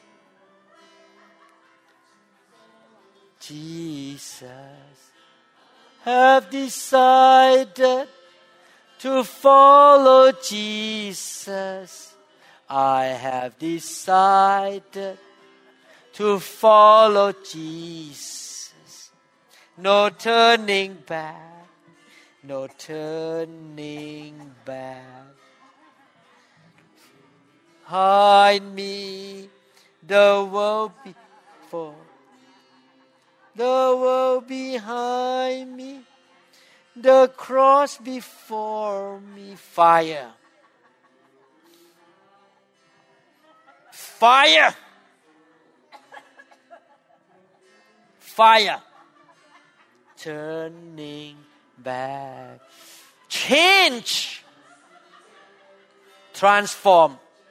Jesus have decided to follow Jesus I have decided to follow Jesus no turning back no turning back hide me the world before the world behind me the cross before me fire fire fire turning back change transform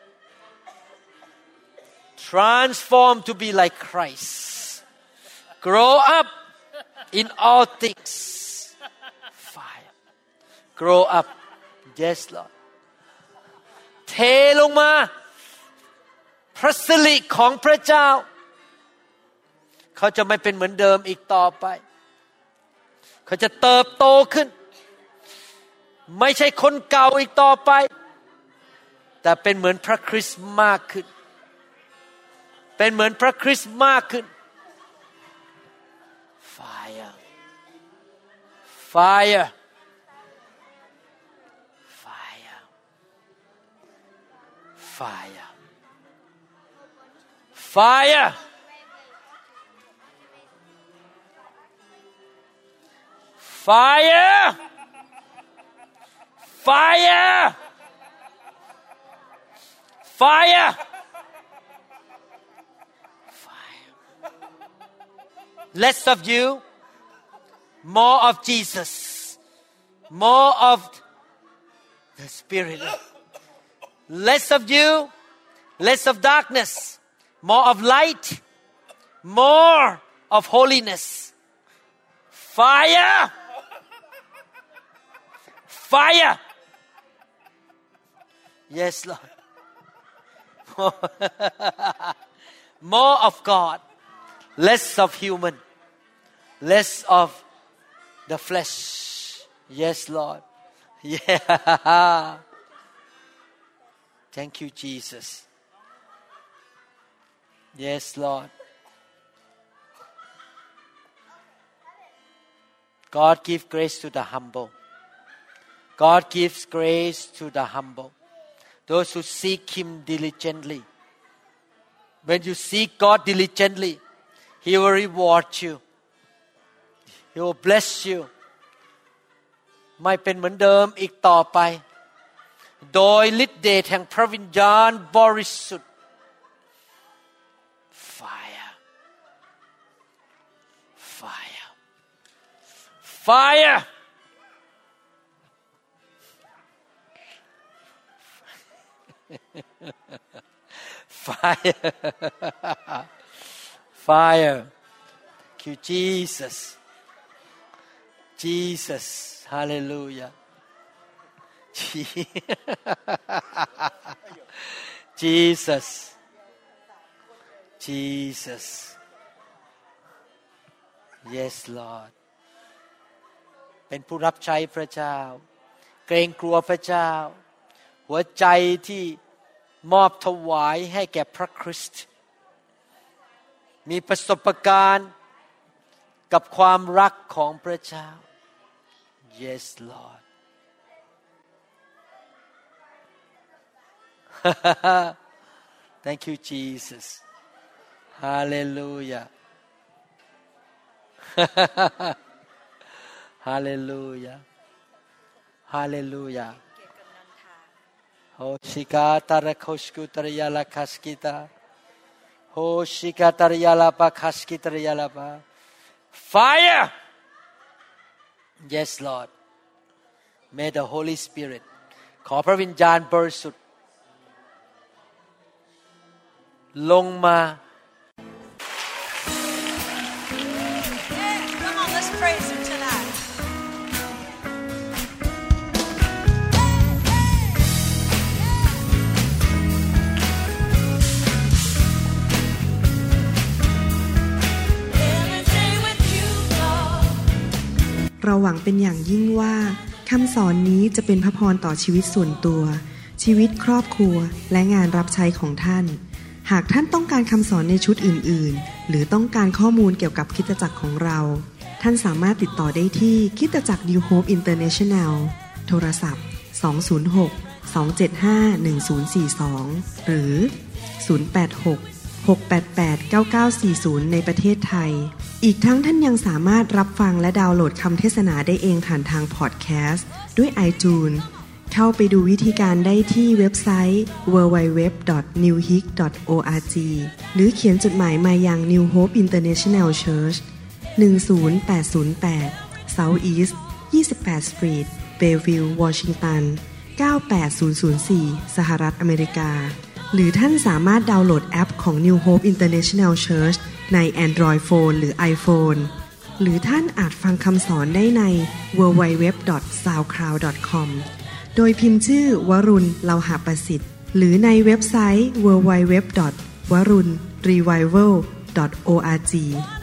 transform to be like Christ grow up in all things fire grow up yes Lord เทลงมาพระสิริของพระเจ้าเขาจะไม่เป็นเหมือนเดิมอีกต่อไปเขาจะเติบโตขึ้นไม่ใช่คนเก่าอีกต่อไปแต่เป็นเหมือนพระคริสต์มากขึ้นเป็นเหมือนพระคริสต์มากขึ้น fire fire fire fire fire fire fire fire less of you more of Jesus more of the Spirit less of you less of darkness more of light more of holiness fire fire yes Lord more of God less of human less of the flesh. Yes, Lord. Yeah. Thank you, Jesus. Yes, Lord. God gives grace to the humble. God gives grace to the humble. Those who seek Him diligently. When you seek God diligently, He will reward you. He will bless you. ไม่เป็นเหมือนเดิมอีกต่อไปโดยฤทธิ์เดชแห่งพระวิญญาณบริสุทธิ์ Fire Fire Fire Fire Fire Thank you Jesus Jesus Hallelujah Jesus Jesus Yes Lord เป็นผู้รับใช้พระเจ้าเกรงกลัวพระเจ้าหัวใจที่มอบถวายให้แก่พระคริสต์มีประสบการณ์กับความรักของพระเจ้า Yes Lord Thank you Jesus Hallelujah Hallelujah Hallelujah Hoshika tarakoshku tariyala kaskita Hoshika tariyala pakaski tariyala pa Fire Yes Lord May the Holy Spirit ขอพระวิญญาณบริสุทธิ์ลงมา Come on, let's praise Him tonight. เราหวังเป็นอย่างยิ่งว่าคำสอนนี้จะเป็นพระพรต่อชีวิตส่วนตัวชีวิตครอบครัวและงานรับใช้ของท่านหากท่านต้องการคำสอนในชุดอื่นๆหรือต้องการข้อมูลเกี่ยวกับคริสตจักรของเราท่านสามารถติดต่อได้ที่คริสตจักร New Hope International โทรศัพท์สอง ศูนย์ หก สอง เจ็ด ห้า หนึ่ง ศูนย์ สี่ สองหรือศูนย์ แปด หก หก แปด แปด เก้า เก้า สี่ ศูนย์ในประเทศไทยอีกทั้งท่านยังสามารถรับฟังและดาวน์โหลดคำเทศนาได้เองผ่านทางพอดแคสต์ด้วย iTunes เข้าไปดูวิธีการได้ที่เว็บไซต์ ดับเบิลยู ดับเบิลยู ดับเบิลยู ดอท นิว โฮป ดอท โอ อาร์ จี หรือเขียนจดหมายมายัง New Hope International Church หนึ่ง ศูนย์ แปด ศูนย์ แปด South East ยี่สิบแปด Street Bellevue Washington เก้า แปด ศูนย์ ศูนย์ สี่ สหรัฐอเมริกาหรือท่านสามารถดาวน์โหลดแอปของ New Hope International Church ใน Android Phone หรือ iPhone หรือท่านอาจฟังคำสอนได้ใน ดับเบิลยู ดับเบิลยู ดับเบิลยู ดอท ซาวด์คลาวด์ ดอท คอม โดยพิมพ์ชื่อวรุณ เลาหะประสิทธิ์หรือในเว็บไซต์ ดับเบิลยู ดับเบิลยู ดับเบิลยู ดอท วรุณ รีไววัล ดอท โอ อาร์ จี